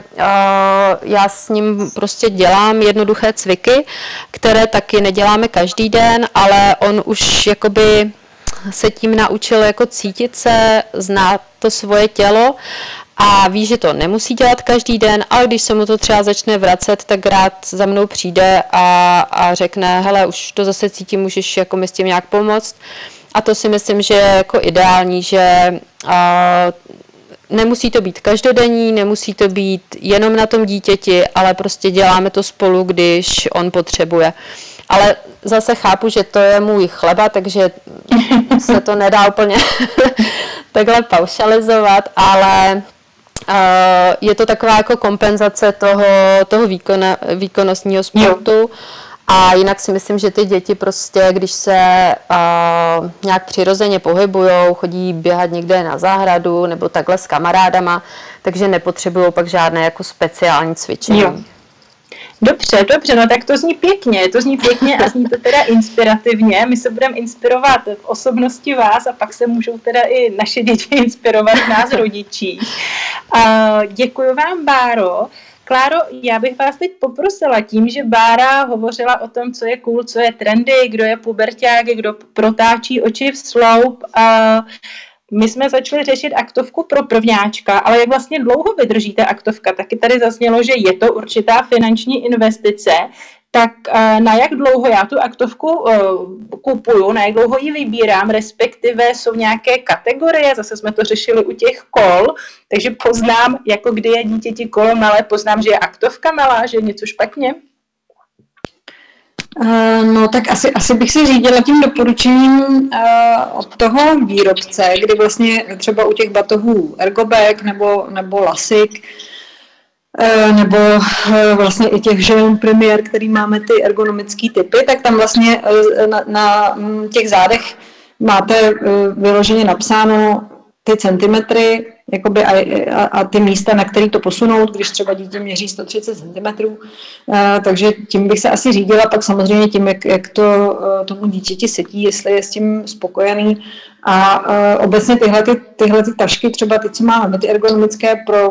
Speaker 4: já s ním prostě dělám jednoduché cviky, které taky neděláme každý den, ale on už jakoby se tím naučil jako cítit se, znát to svoje tělo a ví, že to nemusí dělat každý den, ale když se mu to třeba začne vracet, tak rád za mnou přijde a, a řekne, hele, už to zase cítím, můžeš jako mi s tím nějak pomoct. A to si myslím, že je jako ideální, že a, nemusí to být každodenní, nemusí to být jenom na tom dítěti, ale prostě děláme to spolu, když on potřebuje. Ale zase chápu, že to je můj chleba, takže se to nedá úplně takhle paušalizovat, ale uh, je to taková jako kompenzace toho, toho výkona, výkonnostního sportu. Jo. A jinak si myslím, že ty děti prostě, když se uh, nějak přirozeně pohybujou, chodí běhat někde na zahradu nebo takhle s kamarádama, takže nepotřebují pak žádné jako speciální cvičení. Jo.
Speaker 2: Dobře, dobře, no tak to zní pěkně, to zní pěkně a zní to teda inspirativně. My se budeme inspirovat v osobnosti vás a pak se můžou teda i naše děti inspirovat v nás rodičích. Uh, děkuji vám, Báro. Kláro, já bych vás teď poprosila tím, že Bára hovořila o tom, co je cool, co je trendy, kdo je puberťák, kdo protáčí oči v sloup. A my jsme začali řešit aktovku pro prvňáčka, ale jak vlastně dlouho vydrží ta aktovka? Taky tady zaznělo, že je to určitá finanční investice. Tak na jak dlouho já tu aktovku kupuju, na jak dlouho ji vybírám, respektive jsou nějaké kategorie, zase jsme to řešili u těch kol, takže poznám, jako kdy je dítěti kolo malé, poznám, že je aktovka malá, že je něco špatně.
Speaker 3: Uh, no tak asi, asi bych se řídila tím doporučením uh, od toho výrobce, kdy vlastně třeba u těch batohů Ergobag nebo, nebo Lasik, nebo vlastně i těch Jeune Premier, který máme ty ergonomické typy, tak tam vlastně na, na těch zádech máte vyloženě napsáno ty centimetry, jakoby a, a, a ty místa, na který to posunout, když třeba dítě měří sto třicet centimetrů, takže tím bych se asi řídila, pak samozřejmě tím, jak, jak to tomu dítěti sedí, jestli je s tím spokojený. A uh, obecně tyhle, ty, tyhle ty tašky, třeba ty, co máme, ty ergonomické pro,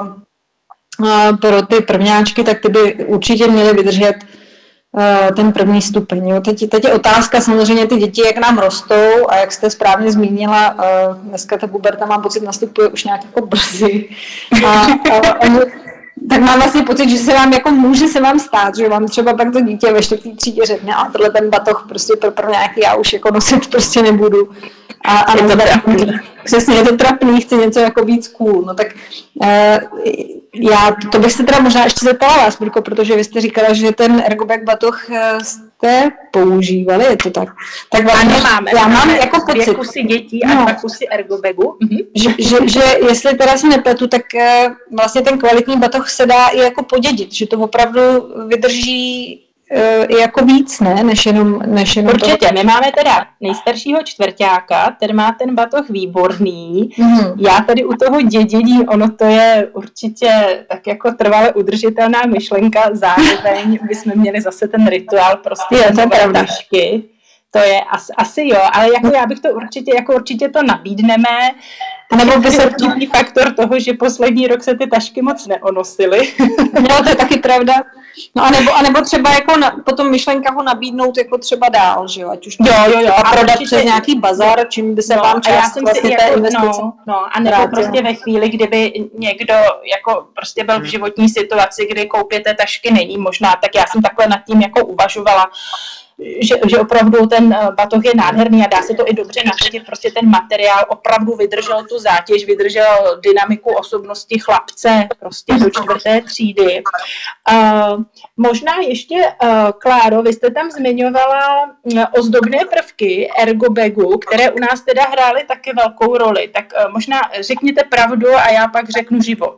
Speaker 3: uh, pro ty prvňáčky, tak ty by určitě měly vydržet uh, ten první stupeň. Jo. Teď, teď je otázka samozřejmě ty děti, jak nám rostou a jak jste správně zmínila, uh, dneska ta puberta, mám pocit, nastupuje už nějak jako brzy. A, a, a, tak mám vlastně pocit, že se vám jako může se vám stát, že vám třeba pak to dítě ve čtvrtý třídě řekne, a tohle ten batoh prostě pro prvňáky já už jako nosit prostě nebudu. A, a je to trapný. Přesně, je to trapný, chci něco jako víc cool. No tak uh, já, to bych se teda možná ještě zeptala vás, Mirko, protože vy jste říkala, že ten ergobag batoh jste používali, je to tak? Tak
Speaker 2: ano, máme.
Speaker 3: Já mám jako pocit.
Speaker 2: Dvě kusy dětí a no. dva kusy ergobagu. Mhm.
Speaker 3: Že, že, že jestli teda si nepletu, tak vlastně ten kvalitní batoh se dá i jako podědit, že to opravdu vydrží i jako víc, ne? Než jenom, než jenom
Speaker 2: Určitě,
Speaker 3: toho...
Speaker 2: my máme teda nejstaršího čtvrťáka, ten má ten batoh výborný.
Speaker 3: Mm.
Speaker 2: Já tady u toho dědění, ono to je určitě tak jako trvale udržitelná myšlenka, zároveň bychom měli zase ten rituál prostě
Speaker 3: je, to
Speaker 2: nové tašky. To je asi, asi jo, ale jako já bych to určitě, jako určitě to nabídneme. Nebo by se určitý faktor toho, že poslední rok se ty tašky moc neonosily.
Speaker 3: No, to je taky pravda. No a nebo, a nebo třeba jako na, potom myšlenka ho nabídnout jako třeba dál, že jo, ať už
Speaker 2: jo, jo, jo,
Speaker 3: a prodat
Speaker 2: určitě
Speaker 3: přes nějaký bazar, čím by se
Speaker 2: no,
Speaker 3: vám část vlastně té
Speaker 2: jako,
Speaker 3: investice
Speaker 2: no, no, a nebo
Speaker 3: vrátil.
Speaker 2: prostě ve chvíli, kdyby někdo jako prostě byl v životní situaci, kdy koupě té tašky není možná, tak já jsem takhle nad tím jako uvažovala, Že, že opravdu ten batoh je nádherný a dá se to i dobře nasadit, prostě ten materiál opravdu vydržel tu zátěž, vydržel dynamiku osobnosti chlapce prostě do čtvrté třídy. Uh, možná ještě, uh, Kláro, vy jste tam zmiňovala uh, ozdobné prvky ergobagu, které u nás teda hrály taky velkou roli, tak uh, možná řekněte pravdu a já pak řeknu život.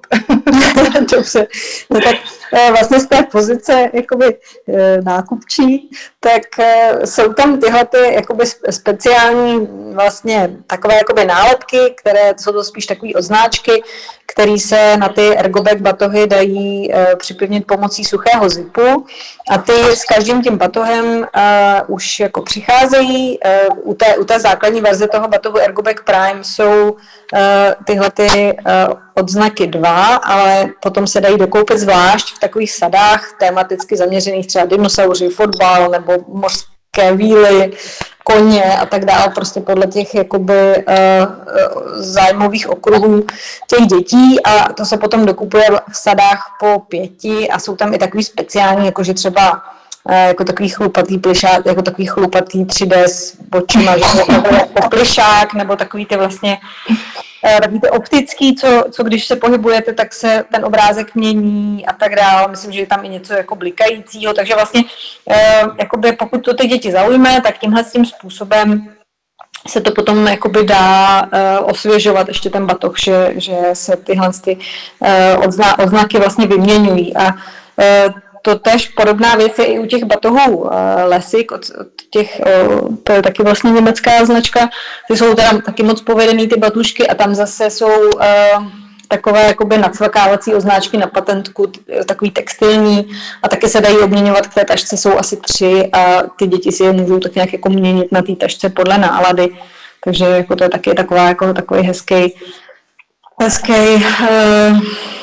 Speaker 3: Dobře, no tak vlastně z té pozice jakoby nákupčí, tak jsou tam tyhle ty jakoby speciální vlastně takové jakoby nálepky, které jsou to spíš takové odznáčky, které se na ty ergobag batohy dají uh, připevnit pomocí suchého zipu a ty s každým tím batohem uh, už jako přicházejí. Uh, u, té, u té základní verze toho batohu Ergobag Prime jsou uh, tyhle ty uh, odznaky dva, ale potom se dají dokoupit zvlášť v takových sadách tematicky zaměřených třeba dinosauři, fotbal nebo mořské víly, koně a tak dále, prostě podle těch jakoby uh, zájmových okruhů těch dětí a to se potom dokupuje v sadách po pěti a jsou tam i takový speciální, jakože třeba uh, jako takový chlupatý plišák, jako takový chlupatý tři dé s očima, že jako plišák, nebo takový ty vlastně takový ty optický, co, co když se pohybujete, tak se ten obrázek mění a tak dále. Myslím, že je tam i něco jako blikajícího, takže vlastně eh, jakoby pokud to ty děti zaujme, tak tímhle tím způsobem se to potom jakoby dá eh, osvěžovat ještě ten batoh, že, že se tyhle ty, eh, odzna, odznaky vlastně vyměňují. A eh, to tež podobná věc je i u těch batohů uh, Lesik, od, od těch, uh, to je taky vlastně německá značka, ty jsou teda taky moc povedený ty batušky a tam zase jsou uh, takové jakoby nacvakávací označky na patentku, takový textilní a taky se dají obměňovat, k té tašce jsou asi tři a ty děti si je můžou tak nějak jako měnit na té tašce podle nálady, takže jako to je taky taková, jako takový hezký hezký uh,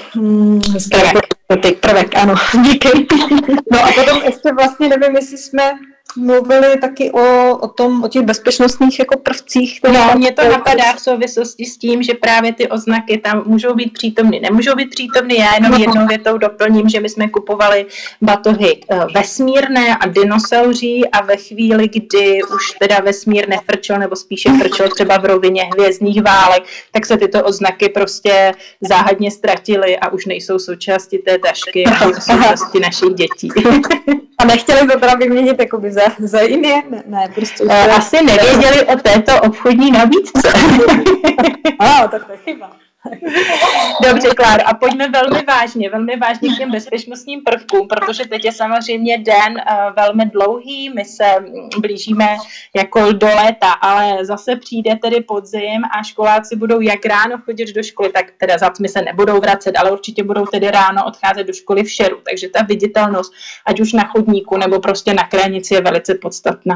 Speaker 2: prvek.
Speaker 3: Prvek, prvek, ano, díky. No a potom ještě vlastně nevím, jestli jsme mluvili taky o, o tom, o těch bezpečnostních jako prvcích.
Speaker 2: No, mě to napadá v souvislosti s tím, že právě ty oznaky tam můžou být přítomny, nemůžou být přítomny. Já jenom jednou větou doplním, že my jsme kupovali batohy vesmírné a dinosauří a ve chvíli, kdy už teda vesmír nefrčel, nebo spíše frčel třeba v rovině hvězdných válek, tak se tyto oznaky prostě záhadně ztratily a už nejsou součástí té tašky a součástí našich dětí.
Speaker 3: A nechtěli to teda vyměnit jakoby za, za jiné? Ne, ne, prostě...
Speaker 2: Uh, asi nevěděli o této obchodní nabídce.
Speaker 3: Ano, tak to je chyba.
Speaker 2: Dobře, Kláro, a pojďme velmi vážně, velmi vážně k těm bezpečnostním prvkům, protože teď je samozřejmě den uh, velmi dlouhý, my se blížíme jako do léta, ale zase přijde tedy podzim a školáci budou jak ráno chodit do školy, tak teda za tmy se nebudou vracet, ale určitě budou tedy ráno odcházet do školy v šeru, takže ta viditelnost, ať už na chodníku nebo prostě na krajnici, je velice podstatná.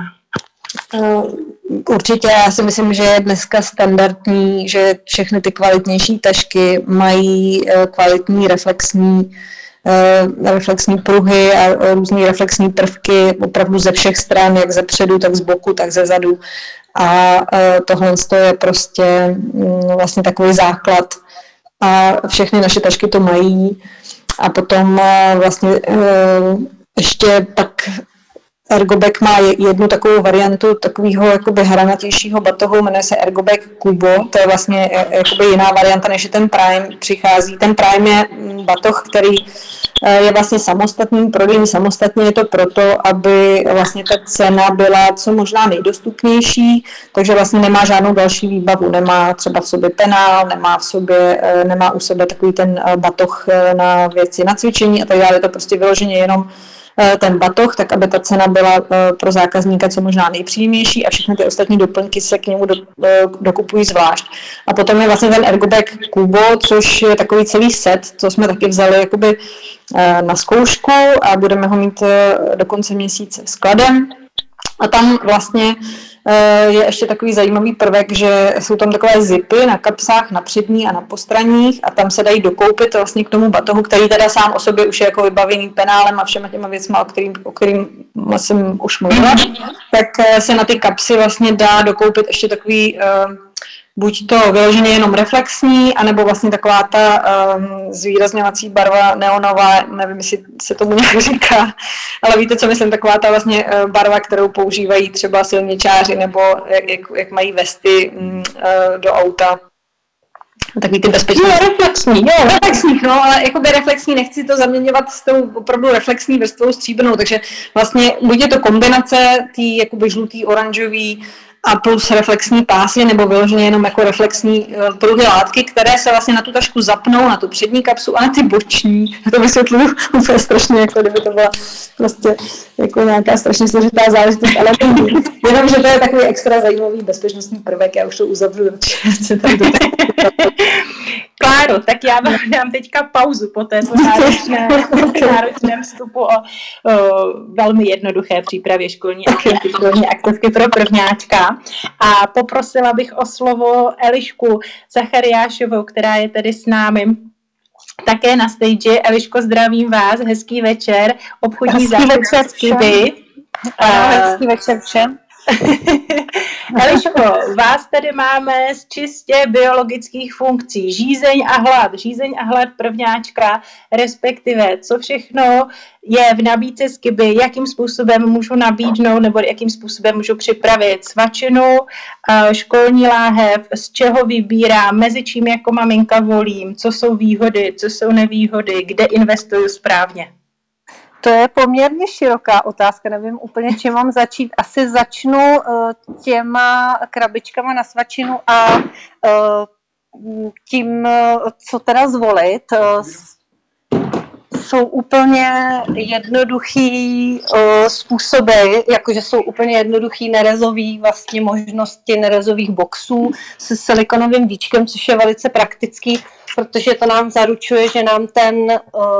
Speaker 3: Určitě, já si myslím, že je dneska standardní, že všechny ty kvalitnější tašky mají kvalitní reflexní, reflexní pruhy a různé reflexní prvky opravdu ze všech stran, jak ze předu, tak z boku, tak ze zadu. A tohle je prostě vlastně takový základ. A všechny naše tašky to mají. A potom vlastně ještě pak Ergobag má jednu takovou variantu takového jakoby hranatějšího batohu, jmenuje se Ergobag Kubo, to je vlastně jakoby jiná varianta, než je ten Prime přichází. Ten Prime je batoh, který je vlastně samostatný, prodejný samostatně, je to proto, aby vlastně ta cena byla co možná nejdostupnější, takže vlastně nemá žádnou další výbavu, nemá třeba v sobě penál, nemá v sobě, nemá u sebe takový ten batoh na věci na cvičení a tak dále, je to prostě vyloženě jenom ten batoh, tak aby ta cena byla pro zákazníka co možná nejpříjemnější a všechny ty ostatní doplňky se k němu do, dokupují zvlášť. A potom je vlastně ten Ergobag Kubo, což je takový celý set, co jsme taky vzali jakoby na zkoušku a budeme ho mít do konce měsíce skladem. A tam vlastně je ještě takový zajímavý prvek, že jsou tam takové zipy na kapsách, na přední a na postranních a tam se dají dokoupit vlastně k tomu batohu, který teda sám o sobě už je jako vybavený penálem a všema těma věcma, o kterým, o kterým jsem už mluvila, tak se na ty kapsy vlastně dá dokoupit ještě takový buď to vyloženě jenom reflexní, anebo vlastně taková ta um, zvýrazňovací barva neonová, nevím, jestli se tomu nějak říká, ale víte, co myslím, taková ta vlastně uh, barva, kterou používají třeba silničáři, nebo jak, jak, jak mají vesty um, uh, do auta. Takový ty bezpečný.
Speaker 2: Jo, reflexní, jo.
Speaker 3: Reflexní, no, ale jakoby reflexní, nechci to zaměňovat s tou opravdu reflexní vrstvou stříbrnou, takže vlastně buď je to kombinace tý jakoby žlutý, oranžový, a plus reflexní pásy, nebo vyloženě jenom jako reflexní pruhy látky, které se vlastně na tu tašku zapnou, na tu přední kapsu a na ty boční. Já to vysvětluju úplně strašně, jako kdyby to byla prostě jako nějaká strašně složitá záležitost, ale jenom, že to je takový extra zajímavý bezpečnostní prvek, já už to uzavřu.
Speaker 2: Kláro, tak já vám dám teďka pauzu po této náročné, náročném vstupu o, o velmi jednoduché přípravě školní aktivky, školní aktivky pro prvňáčka a poprosila bych o slovo Elišku Zachariášovou, která je tady s námi také na stage. Eliško, zdravím vás, hezký večer, obchodní zástupce Skiby.
Speaker 5: Hezký večer všem.
Speaker 2: Eliško, vás tady máme z čistě biologických funkcí. Žízeň a hlad. Žízeň a hlad prvňáčka, respektive co všechno je v nabídce Skiby, jakým způsobem můžu nabídnout nebo jakým způsobem můžu připravit svačinu, školní láhev, z čeho vybírám, mezi čím jako maminka volím, co jsou výhody, co jsou nevýhody, kde investuju správně.
Speaker 5: To je poměrně široká otázka, nevím úplně, čím mám začít. Asi začnu těma krabičkama na svačinu a tím, co teda zvolit. Jsou úplně jednoduchý způsoby, jakože jsou úplně jednoduchý nerezový vlastně možnosti nerezových boxů se silikonovým víčkem, což je velice praktický, protože to nám zaručuje, že nám ten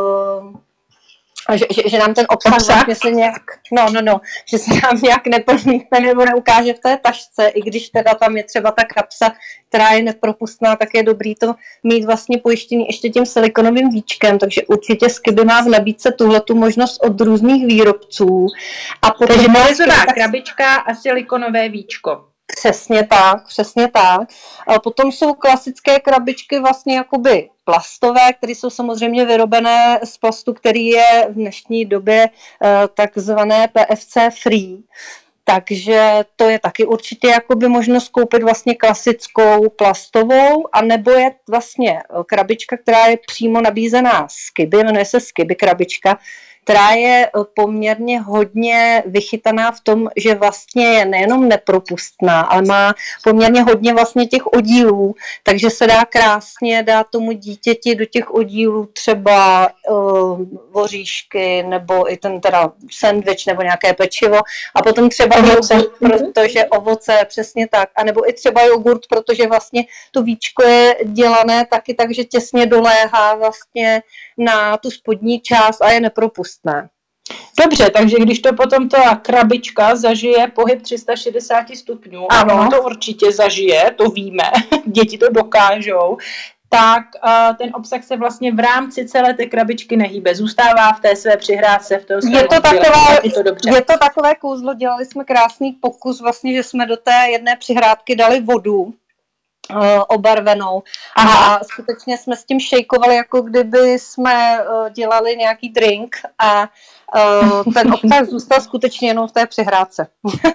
Speaker 5: A že, že, že nám ten obsah, obsah? Vlastně se nějak, no, no, no, že se nám nějak nepromítne nebo neukáže v té tašce, i když teda tam je třeba ta kapsa, která je nepropustná, tak je dobrý to mít vlastně pojištěný ještě tím silikonovým víčkem, takže určitě Skiby má v nabídce tuhletu možnost od různých výrobců.
Speaker 2: A takže nerezová krabička a silikonové víčko.
Speaker 5: Přesně tak, přesně tak. A potom jsou klasické krabičky vlastně jakoby plastové, které jsou samozřejmě vyrobené z plastu, který je v dnešní době takzvané P F C free. Takže to je taky určitě jakoby možnost koupit vlastně klasickou plastovou, anebo je vlastně krabička, která je přímo nabízená Skiby, jmenuje se Skiby krabička, která je poměrně hodně vychytaná v tom, že vlastně je nejenom nepropustná, ale má poměrně hodně vlastně těch oddílů, takže se dá krásně dát tomu dítěti do těch oddílů třeba uh, voříšky nebo i ten teda sendvič nebo nějaké pečivo a potom třeba jogurt, protože ovoce, přesně tak, a nebo i třeba jogurt, protože vlastně to víčko je dělané taky tak, že těsně doléhá vlastně na tu spodní část a je nepropustné.
Speaker 2: Dobře, takže když to potom ta krabička zažije pohyb tři sta šedesát stupňů, ano. A ono to určitě zažije, to víme, děti to dokážou, tak uh, ten obsah se vlastně v rámci celé té krabičky nehýbe, zůstává v té své přihrádce, v tom svém
Speaker 5: je to, takové, je, to dobře. je to takové kouzlo, dělali jsme krásný pokus, vlastně, že jsme do té jedné přihrádky dali vodu, uh, obarvenou. Aha. A skutečně jsme s tím šejkovali, jako kdyby jsme uh, dělali nějaký drink a uh, ten obsah zůstal skutečně jenom v té přihrádce.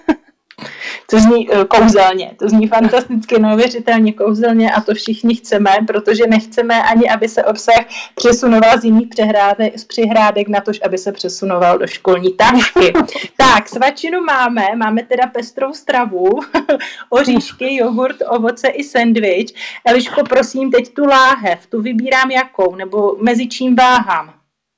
Speaker 2: To zní uh, kouzelně, to zní fantasticky, neuvěřitelně kouzelně a to všichni chceme, protože nechceme ani, aby se obsah přesunoval z jiných přihrádek, z přihrádek na to, aby se přesunoval do školní tašky. Tak, svačinu máme, máme teda pestrou stravu, oříšky, jogurt, ovoce i sendvič. Eliško, prosím, teď tu láhev, tu vybírám jakou, nebo mezi čím váhám?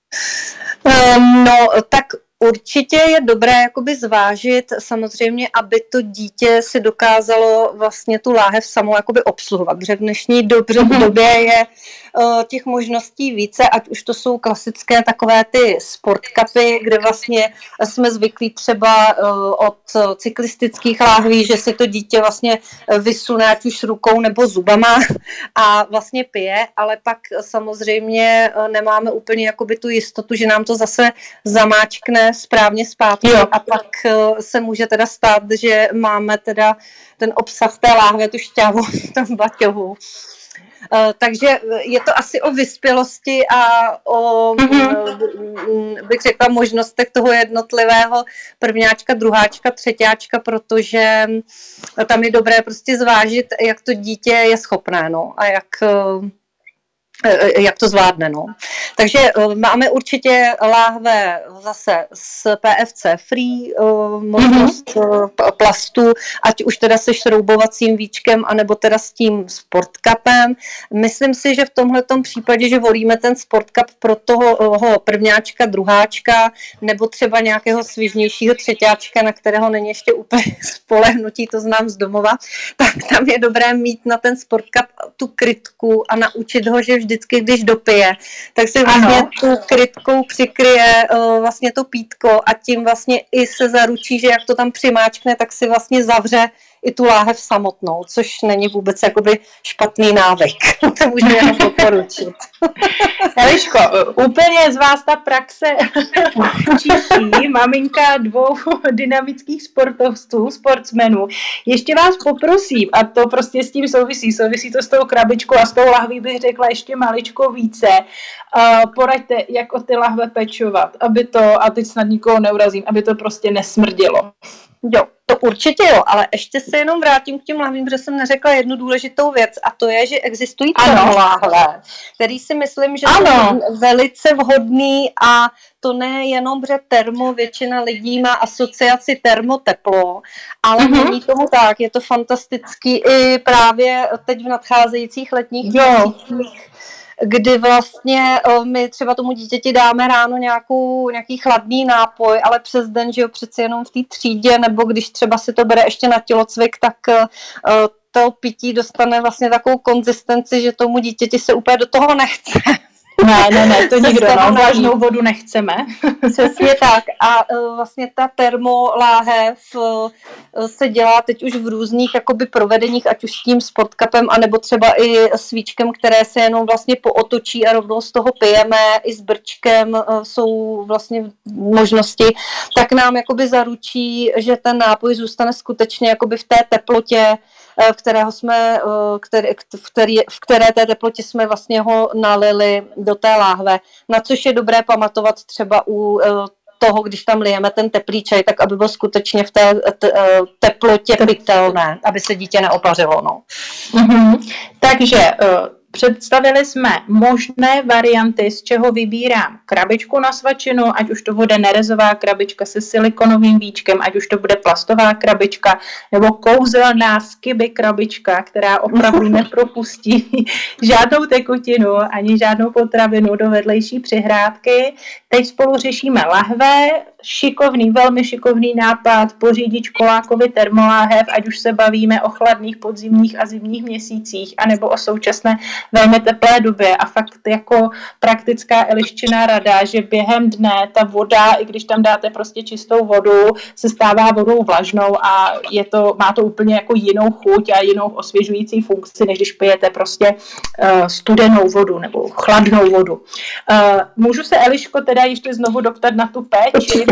Speaker 5: Um, no, tak určitě je dobré jakoby zvážit samozřejmě, aby to dítě si dokázalo vlastně tu láhev samo jakoby obsluhovat, protože v dnešní dobře, v době je uh, těch možností více, ať už to jsou klasické takové ty sportkapy, kde vlastně jsme zvyklí třeba uh, od cyklistických láhví, že si to dítě vlastně vysune ať už rukou nebo zubama a vlastně pije, ale pak samozřejmě nemáme úplně jakoby tu jistotu, že nám to zase zamáčkne správně zpátky jo. A pak se může teda stát, že máme teda ten obsah té láhve, tu šťávu v tom baťohu. Uh, takže je to asi o vyspělosti a o, mm-hmm. bych řekla, možnostech toho jednotlivého prvňáčka, druháčka, třetíáčka, protože tam je dobré prostě zvážit, jak to dítě je schopné, no, a jak... Uh, jak to zvládne. No. Takže uh, máme určitě láhve zase z P F C free, uh, možnost mm-hmm. uh, plastu, ať už teda se šroubovacím víčkem, anebo teda s tím sportkapem. Myslím si, že v tomhletom případě, že volíme ten sportkap pro toho uh, prvňáčka, druháčka, nebo třeba nějakého svižnějšího třetíáčka, na kterého není ještě úplně spolehnutí, to znám z domova, tak tam je dobré mít na ten sportkap tu krytku a naučit ho, že vždycky, když dopije, tak si vlastně ano. tu krytkou přikryje uh, vlastně to pítko a tím vlastně i se zaručí, že jak to tam přimáčkne, tak si vlastně zavře i tu láhev samotnou, což není vůbec jakoby špatný návyk. To můžu jenom doporučit.
Speaker 2: Eliško, úplně z vás ta praxe čiší, maminka dvou dynamických sportovců, sportsmenů. Ještě vás poprosím, a to prostě s tím souvisí, souvisí to s tou krabičkou a s tou lahví bych řekla ještě maličko více. Uh, poraďte, jak o ty lahve pečovat, aby to, a teď snad nikoho neurazím, aby to prostě nesmrdilo.
Speaker 5: Jo, to určitě jo, ale ještě se jenom vrátím k těm lahvím, protože jsem neřekla jednu důležitou věc a to je, že existují termoláhve, který si myslím, že ano. jsou velice vhodný a to nejenom, že termo, většina lidí má asociaci termo-teplo, ale mm-hmm. není tomu tak, je to fantastický i právě teď v nadcházejících letních měsících, kdy vlastně my třeba tomu dítěti dáme ráno nějakou, nějaký chladný nápoj, ale přes den, že jo, přeci jenom v té třídě, nebo když třeba si to bere ještě na tělocvik, tak to pití dostane vlastně takovou konzistenci, že tomu dítěti se úplně do toho nechce.
Speaker 2: Ne, ne, ne, to nikdo, no, vlažnou vodu nechceme.
Speaker 5: Přesně tak. A uh, vlastně ta termoláhev uh, se dělá teď už v různých jakoby provedeních, ať už s tím sportkapem, anebo třeba i svíčkem, které se jenom vlastně pootočí a rovnou z toho pijeme, i s brčkem uh, jsou vlastně možnosti, tak nám jakoby zaručí, že ten nápoj zůstane skutečně jakoby v té teplotě, v kterého jsme, který, v, který, v které té teplotě jsme vlastně ho nalili do té láhve. Na což je dobré pamatovat třeba u toho, když tam lijeme ten teplý čaj, tak aby byl skutečně v té teplotě pitelné, aby se dítě neopařilo. No.
Speaker 2: Mm-hmm. Takže Představili jsme možné varianty, z čeho vybírám krabičku na svačinu, ať už to bude nerezová krabička se silikonovým víčkem, ať už to bude plastová krabička, nebo kouzelná Skiby krabička, která opravdu nepropustí žádnou tekutinu ani žádnou potravinu do vedlejší přihrádky. Teď spolu řešíme lahve, šikovný, velmi šikovný nápad pořídit školákovi termoláhev, ať už se bavíme o chladných podzimních a zimních měsících, anebo o současné velmi teplé době. A fakt jako praktická Eliščina rada, že během dne ta voda, i když tam dáte prostě čistou vodu, se stává vodou vlažnou a je to, má to úplně jako jinou chuť a jinou osvěžující funkci, než když pijete prostě uh, studenou vodu nebo chladnou vodu. Uh, můžu se, Eliško, teda ještě znovu doptat na tu péči?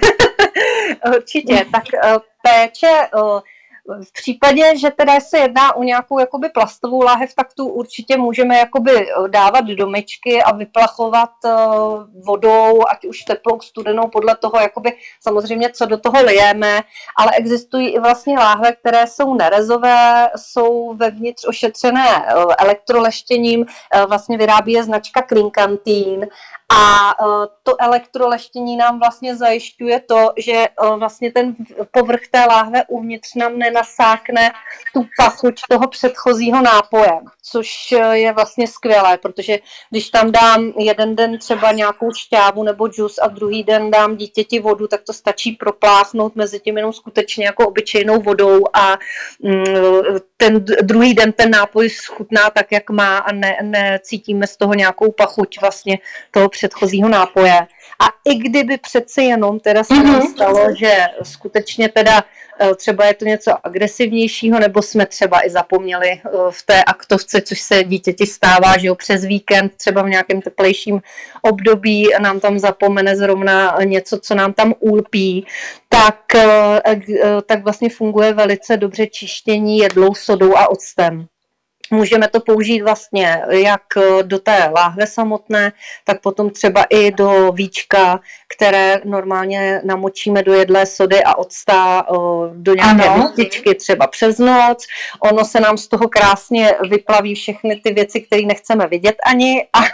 Speaker 5: Určitě, tak uh, péče, uh, v případě, že teda se jedná o nějakou jakoby plastovou láhev, tak tu určitě můžeme jakoby dávat do myčky a vyplachovat uh, vodou, ať už teplou, studenou, podle toho jakoby samozřejmě, co do toho lijeme, ale existují i vlastně láhve, které jsou nerezové, jsou vevnitř ošetřené uh, elektroleštěním, uh, vlastně vyrábí je značka Clean Canteen. A uh, to elektroleštění nám vlastně zajišťuje to, že uh, vlastně ten povrch té láhve uvnitř nám nenasákne tu pachuť toho předchozího nápoje, což uh, je vlastně skvělé, protože když tam dám jeden den třeba nějakou šťávu nebo džus a druhý den dám dítěti vodu, tak to stačí propláchnout mezi tím jenom skutečně jako obyčejnou vodou a um, ten druhý den ten nápoj schutná tak, jak má a ne, necítíme z toho nějakou pachuť vlastně toho předchozího nápoje. A i kdyby přeci jenom teda se nám mm-hmm. stalo, že skutečně teda třeba je to něco agresivnějšího, nebo jsme třeba i zapomněli v té aktovce, což se dítěti stává, že jo, přes víkend, třeba v nějakém teplejším období nám tam zapomene zrovna něco, co nám tam ulpí, tak, tak vlastně funguje velice dobře čištění jedlou, sodou a octem. Můžeme to použít vlastně jak do té láhve samotné, tak potom třeba i do víčka, které normálně namočíme do jedlé sody a octa do nějaké mističky třeba přes noc. Ono se nám z toho krásně vyplaví všechny ty věci, které nechceme vidět ani. A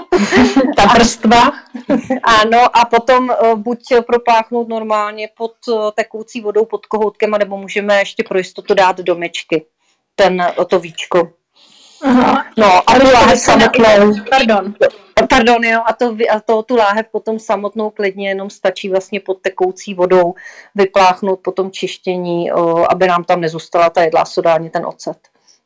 Speaker 5: ta vrstva. Ano, a potom buď propláchnout normálně pod tekoucí vodou pod kohoutkem, nebo můžeme ještě pro jistotu dát do myčky ten, to víčko.
Speaker 2: Aha.
Speaker 5: No a tu láhev samotnou,
Speaker 2: pardon,
Speaker 5: pardon jo, a, to, a to, tu láhev potom samotnou klidně jenom stačí vlastně pod tekoucí vodou vypláchnout po tom čištění, o, aby nám tam nezůstala ta jedlá soda ani ten ocet.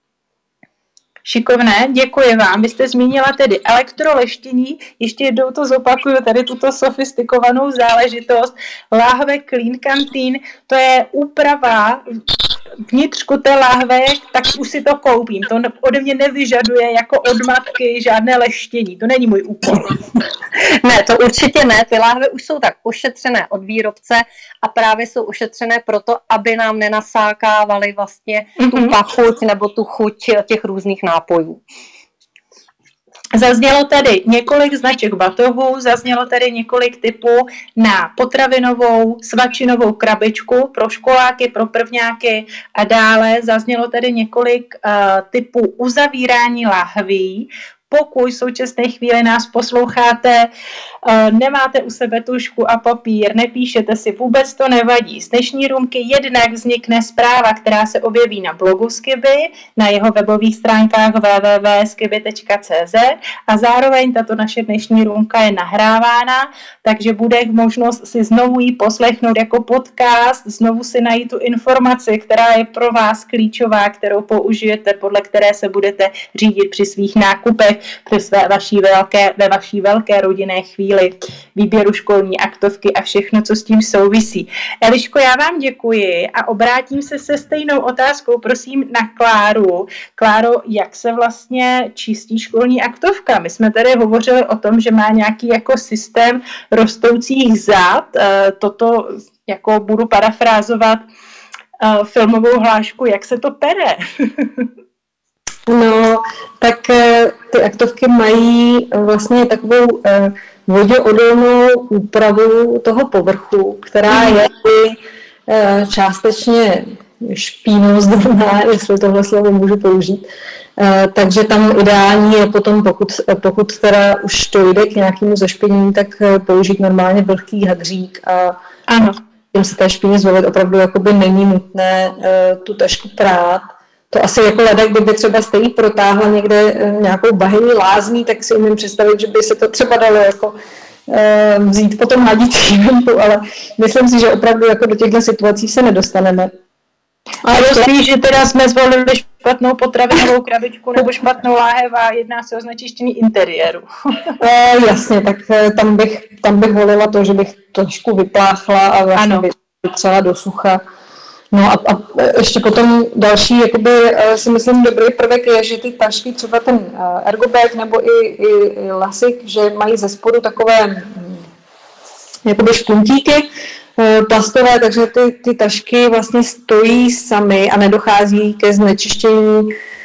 Speaker 2: Šikovné, děkuji vám. Vy jste zmínila tedy elektroleštění, ještě jednou to zopakuju, tady tuto sofistikovanou záležitost. Láhve Clean Canteen, to je úprava vnitřku té láhve, tak už si to koupím. To ode mě nevyžaduje jako od matky žádné leštění, to není můj úkol.
Speaker 5: Ne, to určitě ne, ty láhve už jsou tak ošetřené od výrobce a právě jsou ošetřené proto, aby nám nenasákávaly vlastně tu mm-hmm. pachuť nebo tu chuť těch různých nápojů.
Speaker 2: Zaznělo tady několik značek batohů, zaznělo tady několik typů na potravinovou svačinovou krabičku pro školáky, pro prvňáky a dále zaznělo tady několik uh, typů uzavírání lahví. Pokud v současné chvíli nás posloucháte, nemáte u sebe tužku a papír, nepíšete si, vůbec to nevadí. Z dnešní růmky jednak vznikne zpráva, která se objeví na blogu Skiby, na jeho webových stránkách w w w tečka skiby tečka c z a zároveň tato naše dnešní růmka je nahrávána, takže bude možnost si znovu ji poslechnout jako podcast, znovu si najít tu informaci, která je pro vás klíčová, kterou použijete, podle které se budete řídit při svých nákupech, při své vaší velké, ve vaší velké rodinné chvíli výběru školní aktovky a všechno, co s tím souvisí. Eliško, já vám děkuji a obrátím se se stejnou otázkou, prosím, na Kláru. Kláro, jak se vlastně čistí školní aktovka? My jsme tady hovořili o tom, že má nějaký jako systém rostoucích zad. Toto jako budu parafrázovat filmovou hlášku, jak se to pere?
Speaker 3: No, tak ty aktovky mají vlastně takovou voděodolnou úpravu toho povrchu, která je i částečně špínou zdrná, jestli tohle slovo můžu použít. Takže tam ideální je potom, pokud, pokud teda už dojde k nějakému zašpinění, tak použít normálně vlhký hadřík a
Speaker 2: ano.
Speaker 3: Tím se té špíně zbavit opravdu jakoby není nutné tu tašku prát. To asi jako leda, kdyby třeba jste jí protáhla někde nějakou bahenní lázní, tak si umím představit, že by se to třeba dalo jako vzít potom hladící venku, ale myslím si, že opravdu jako do těchto situací se nedostaneme.
Speaker 2: A myslíš, že teda jsme zvolili špatnou potravinovou krabičku nebo špatnou láhev a jedná se o znečištění interiéru?
Speaker 3: e, jasně, tak tam bych, tam bych volila to, že bych trošku vypláchla a vlastně by vytřela do sucha. No a, a ještě potom další, jakoby, si myslím, dobrý prvek je, že ty tašky, třeba ten ergobag nebo i, i, i lasik, že mají ze spodu takové jakoby špuntíky plastové, takže ty, ty tašky vlastně stojí samy a nedochází ke znečištění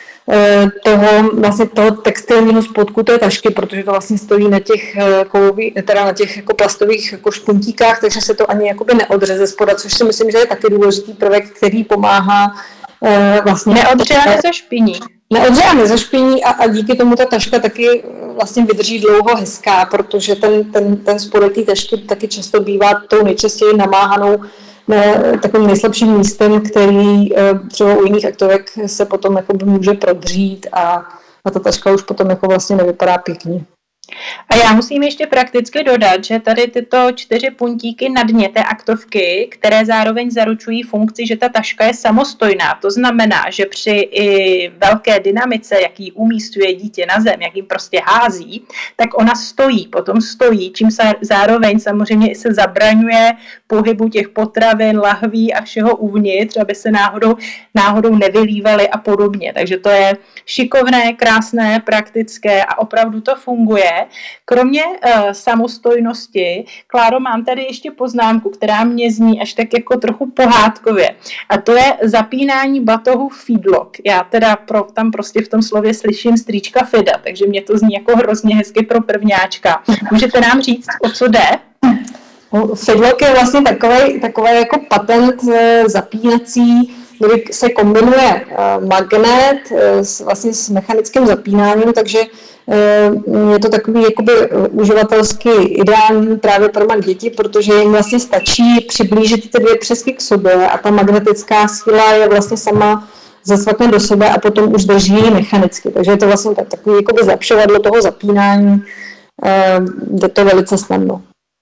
Speaker 3: toho, vlastně toho textilního spodku té tašky, protože to vlastně stojí na těch, kovový, teda na těch jako plastových jako špuntíkách, takže se to ani jakoby neodře ze spoda, což si myslím, že je taky důležitý prvek, který pomáhá vlastně...
Speaker 2: Neodře a nezašpiní.
Speaker 3: Neodře a nezašpiní a, a díky tomu ta taška taky vlastně vydrží dlouho hezká, protože ten, ten, ten spodek té tašky taky často bývá tou nejčastěji namáhanou ne, takovým nejslabším místem, který třeba u jiných aktovek se potom jakoby může prodřít a, a ta taška už potom jako vlastně nevypadá pěkně.
Speaker 2: A já musím ještě prakticky dodat, že tady tyto čtyři puntíky na dně té aktovky, které zároveň zaručují funkci, že ta taška je samostojná. To znamená, že při i velké dynamice, jaký umístuje dítě na zem, jak jim prostě hází, tak ona stojí, potom stojí, čím se zároveň samozřejmě se zabraňuje pohybu těch potravin, lahví a všeho uvnitř, aby se náhodou, náhodou nevylívaly a podobně. Takže to je šikovné, krásné, praktické a opravdu to funguje. Kromě uh, samostojnosti, Kláro, mám tady ještě poznámku, která mě zní až tak jako trochu pohádkově. A to je zapínání batohu feedlock. Já teda pro, tam prostě v tom slově slyším strýčka Fida, takže mě to zní jako hrozně hezky pro prvňáčka. Můžete nám říct, o co jde?
Speaker 3: Feedlock je vlastně takový, takový jako patent zapínací, kdy se kombinuje magnet s, vlastně s mechanickým zapínáním, takže je to takový jakoby uživatelsky ideální právě pro malé děti, protože jim vlastně stačí přiblížit ty dvě přesky k sobě a ta magnetická síla je vlastně sama zasvakne do sebe a potom už drží mechanicky. Takže je to vlastně takový jakoby zlepšovadlo toho zapínání, jde to velice snadno.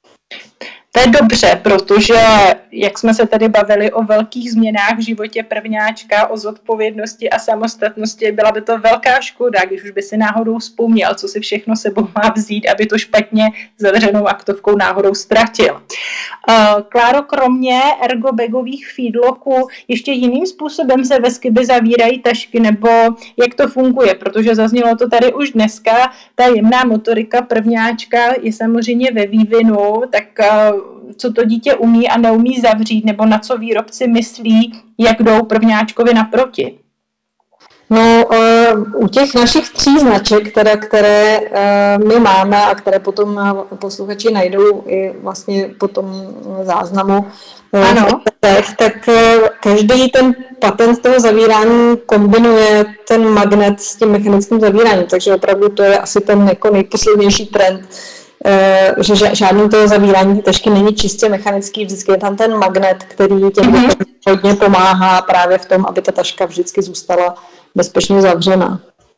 Speaker 2: To je dobře, protože jak jsme se tady bavili o velkých změnách v životě prvňáčka, o zodpovědnosti a samostatnosti, byla by to velká škoda, když už by si náhodou vzpomněl, co si všechno sebou má vzít, aby to špatně zavřenou aktovkou náhodou ztratil. Uh, Kláro, kromě ergobagových feedlocků ještě jiným způsobem se ve Skiby zavírají tašky, nebo jak to funguje, protože zaznělo to tady už dneska, ta jemná motorika prvňáčka je samozřejmě ve vývinu, tak uh, co to dítě umí a neumí zavřít, nebo na co výrobci myslí, jak jdou prvňáčkovi naproti?
Speaker 3: No, u těch našich tří značek, které, které my máme a které potom posluchači najdou i vlastně po tom záznamu, ano. Tak každý ten patent toho zavírání kombinuje ten magnet s tím mechanickým zavíráním, takže opravdu to je asi ten jako nejposlednější trend, že žádný toho zavírání tašky není čistě mechanický, vždycky je tam ten magnet, který těm mm-hmm. hodně pomáhá právě v tom, aby ta taška vždycky zůstala bezpečně zavřená.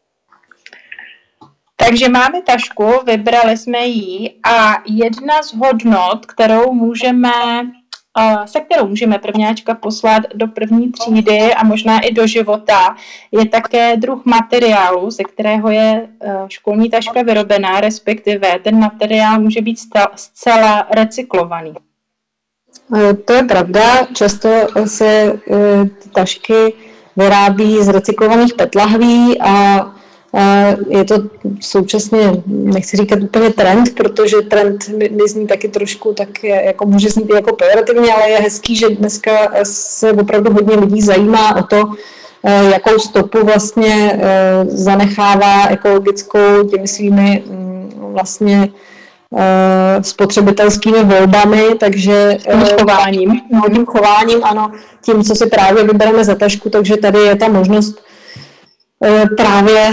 Speaker 2: Takže máme tašku, vybrali jsme ji a jedna z hodnot, kterou můžeme, se kterou můžeme prvňáčka poslat do první třídy a možná i do života, je také druh materiálu, ze kterého je školní taška vyrobená, respektive ten materiál může být zcela recyklovaný.
Speaker 3: To je pravda, často se ty tašky vyrábí z recyklovaných pet lahví a je to současně, nechci říkat úplně trend, protože trend mi zní taky trošku, tak jako může znít jako pejorativně, ale je hezký, že dneska se opravdu hodně lidí zajímá o to, jakou stopu vlastně zanechává ekologickou těmi svými vlastně spotřebitelskými volbami, takže
Speaker 2: chováním.
Speaker 3: No, tím chováním, ano, tím, co si právě vybereme za tašku, takže tady je ta možnost právě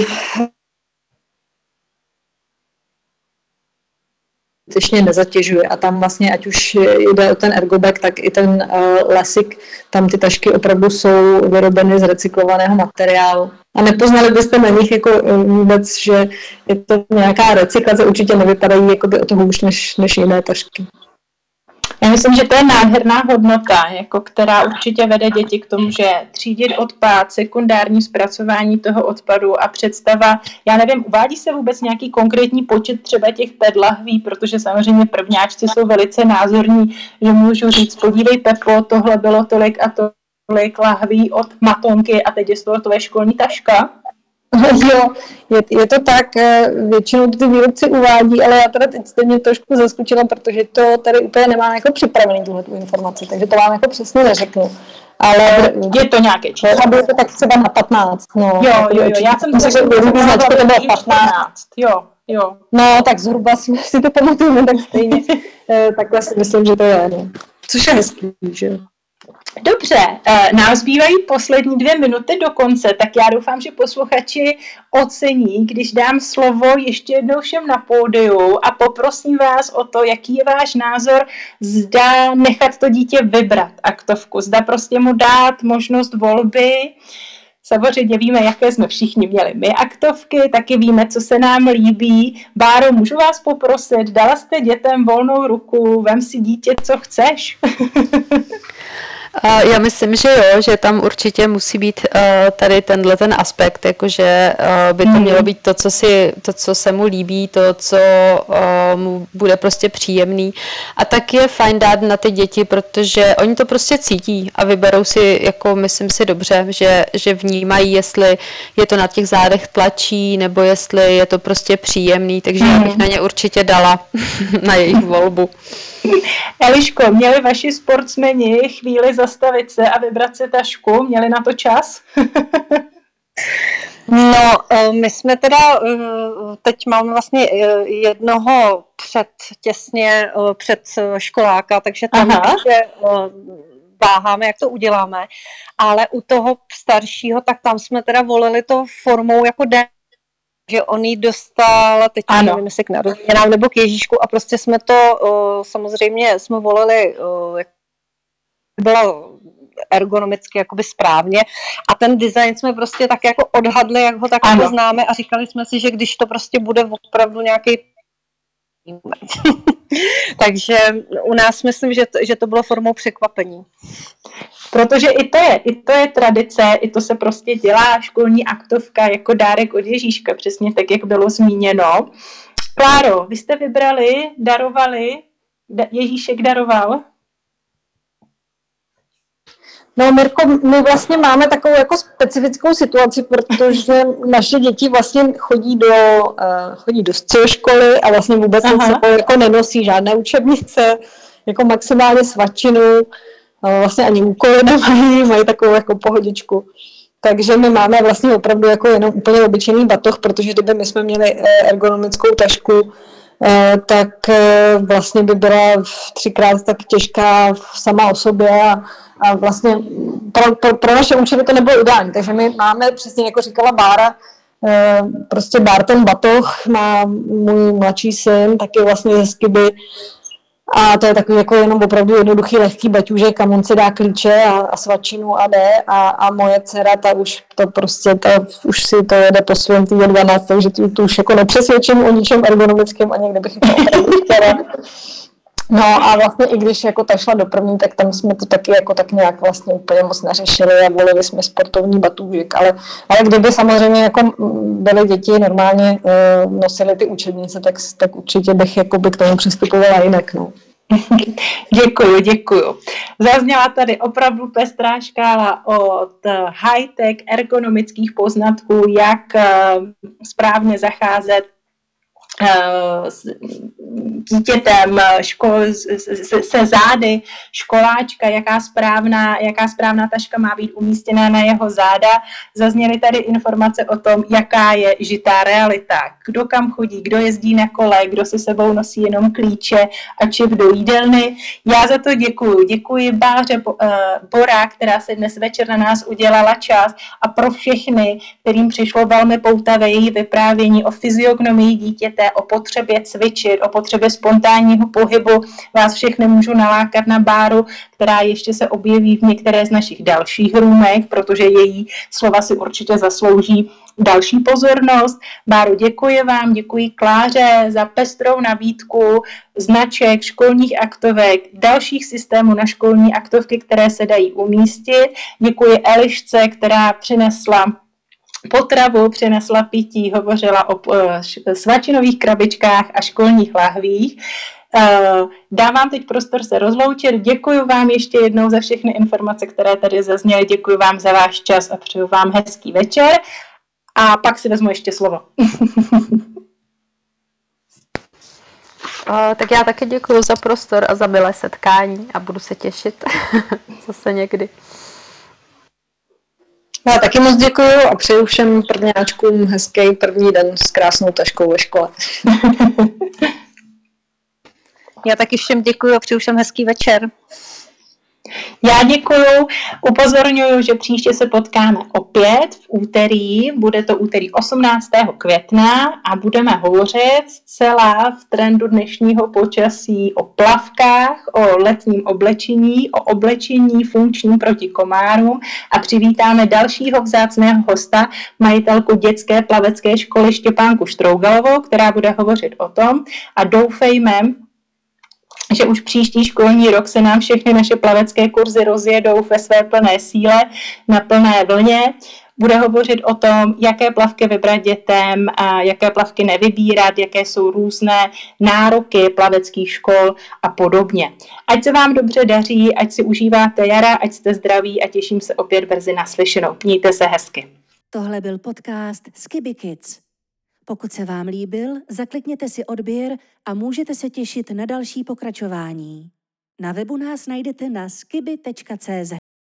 Speaker 3: skutečně nezatěžuje a tam vlastně, ať už jde o ten ergobag, tak i ten uh, lesik, tam ty tašky opravdu jsou vyrobeny z recyklovaného materiálu. A nepoznali byste na nich jako vůbec, že je to nějaká recyklace, určitě nevypadají jakoby o to hůř než, než jiné tašky.
Speaker 2: Já myslím, že to je nádherná hodnota, jako která určitě vede děti k tomu, že třídit odpad, sekundární zpracování toho odpadu a představa, já nevím, uvádí se vůbec nějaký konkrétní počet třeba těch pé é té lahví, protože samozřejmě prvňáčci jsou velice názorní, že můžu říct, podívej Pepo, tohle bylo tolik a tolik lahví od matonky a teď je z toho tvoje školní taška.
Speaker 3: Jo, je, je to tak, většinou ty výrobci uvádí, ale já teda teď jste mě trošku zaskočila, protože to tady úplně nemám jako připravený tuhle tu informaci, takže to vám jako přesně neřeknu. Ale
Speaker 2: je to nějaké číslo.
Speaker 3: A bylo to tak třeba na patnáct. No,
Speaker 2: jo, jo, jo, já jsem to
Speaker 3: řekla, že to bylo patnáct.
Speaker 2: Jo, jo.
Speaker 3: No, tak zhruba si to pamatujeme tak stejně. Takhle si myslím, že to je. No. Což je hezký, že jo.
Speaker 2: Dobře, nám zbývají poslední dvě minuty do konce, tak já doufám, že posluchači ocení, když dám slovo ještě jednou všem na pódiu a poprosím vás o to, jaký je váš názor, zda nechat to dítě vybrat aktovku, zda prostě mu dát možnost volby. Samozřejmě víme, jaké jsme všichni měli my aktovky, taky víme, co se nám líbí. Báro, můžu vás poprosit, dala jste dětem volnou ruku, vem si dítě, co chceš.
Speaker 4: Já myslím, že jo, že tam určitě musí být uh, tady tenhle ten aspekt, jakože uh, by to mělo být to, co si, to, co se mu líbí, to, co uh, mu bude prostě příjemný. A tak je fajn dát na ty děti, protože oni to prostě cítí a vyberou si, jako myslím si dobře, že, že vnímají, jestli je to na těch zádech tlačí, nebo jestli je to prostě příjemný, takže já bych na ně určitě dala na jejich volbu.
Speaker 2: Eliško, měli vaši sportsmeni chvíli zastavit se a vybrat si tašku? Měli na to čas?
Speaker 5: No, my jsme teda, teď máme vlastně jednoho před, těsně před školáka, takže tam ještě váháme, jak to uděláme, ale u toho staršího, tak tam jsme teda volili to formou jako den, že on jí dostal, teď ano. nevím, jestli k narozeninám nebo k Ježíšku a prostě jsme to, uh, samozřejmě jsme volili, uh, jak bylo ergonomicky jakoby správně a ten design jsme prostě tak jako odhadli, jak ho tak jako známe a říkali jsme si, že když to prostě bude opravdu nějaký takže u nás myslím, že to, že to bylo formou překvapení.
Speaker 2: Protože i to je, i to je tradice, i to se prostě dělá, školní aktovka jako dárek od Ježíška, přesně tak, jak bylo zmíněno. Kláro, vy jste vybrali, darovali, Ježíšek daroval?
Speaker 3: No, Mirko, my vlastně máme takovou jako specifickou situaci, protože naše děti vlastně chodí do, uh, chodí do školy a vlastně vůbec se jako nenosí žádné učebnice, jako maximálně svačinu, vlastně ani úkoly nemají, mají takovou jako pohodičku. Takže my máme vlastně opravdu jako jenom úplně obyčejný batoh, protože kdyby my jsme měli ergonomickou tašku, tak vlastně by byla třikrát tak těžká sama o sobě a, a vlastně pro, pro, pro naše účely to nebylo ideální. Takže my máme, přesně jako říkala Bára, prostě Bár ten batoh má můj mladší syn, taky vlastně ze Skiby. A to je takový jako jenom opravdu jednoduchý, lehký baťůžek, kam on si dá klíče a, a svačinu a jde. A, a moje dcera, ta už to prostě, ta už si to jede po svém týdě dvanáct, takže tu, tu už jako nepřesvědčím o ničem ergonomickém, ani kdybych to opravdu chtěla. No a vlastně i když jako ta šla do první, tak tam jsme to taky jako tak nějak vlastně úplně moc neřešili a volili jsme sportovní batůžek, ale, ale kdyby samozřejmě jako byly děti normálně uh, nosily ty učebnice, tak, tak určitě bych jako by k tomu přistupovala jinak, no.
Speaker 2: Děkuju, děkuju. Zazněla tady opravdu pestrá škála od high-tech ergonomických poznatků, jak uh, správně zacházet s dítětem škol, se, se zády školáčka, jaká správná, jaká správná taška má být umístěná na jeho záda. Zazněly tady informace o tom, jaká je žitá realita, kdo kam chodí, kdo jezdí na kole, kdo si sebou nosí jenom klíče a čip do jídelny. Já za to děkuji. Děkuji Báře Bora, která se dnes večer na nás udělala čas, a pro všechny, kterým přišlo velmi poutavé její vyprávění o fyziognomii dítěte, o potřebě cvičit, o potřebě spontánního pohybu, vás všechny můžu nalákat na Báru, která ještě se objeví v některé z našich dalších růmek, protože její slova si určitě zaslouží další pozornost. Báro, děkuji vám, děkuji Kláře za pestrou nabídku značek, školních aktovek, dalších systémů na školní aktovky, které se dají umístit. Děkuji Elišce, která přinesla potravu, přinesla pití, hovořila o svačinových krabičkách a školních lahvích. Dávám teď prostor se rozloučit. Děkuji vám ještě jednou za všechny informace, které tady zazněly. Děkuji vám za váš čas a přeju vám hezký večer. A pak si vezmu ještě slovo.
Speaker 4: O, tak já taky děkuji za prostor a za milé setkání a budu se těšit zase někdy.
Speaker 3: Já taky moc děkuju a přeju všem prvňáčkům hezký první den s krásnou taškou ve škole.
Speaker 5: Já taky všem děkuju a přeju všem hezký večer.
Speaker 2: Já děkuju, upozorňuju, že příště se potkáme opět v úterý, bude to úterý osmnáctého května a budeme hovořit celá v trendu dnešního počasí o plavkách, o letním oblečení, o oblečení funkčním proti komárům a přivítáme dalšího vzácného hosta, majitelku dětské plavecké školy Štěpánku Štrougalovou, která bude hovořit o tom a doufejme, že už příští školní rok se nám všechny naše plavecké kurzy rozjedou ve své plné síle, na plné vlně. Bude hovořit o tom, jaké plavky vybrat dětem, a jaké plavky nevybírat, jaké jsou různé nároky plaveckých škol a podobně. Ať se vám dobře daří, ať si užíváte jara, ať jste zdraví a těším se opět brzy naslyšenou. Mějte se hezky.
Speaker 1: Tohle byl podcast Skibi Kids. Pokud se vám líbil, zaklikněte si odběr a můžete se těšit na další pokračování. Na webu nás najdete na skibi tečka cé zet.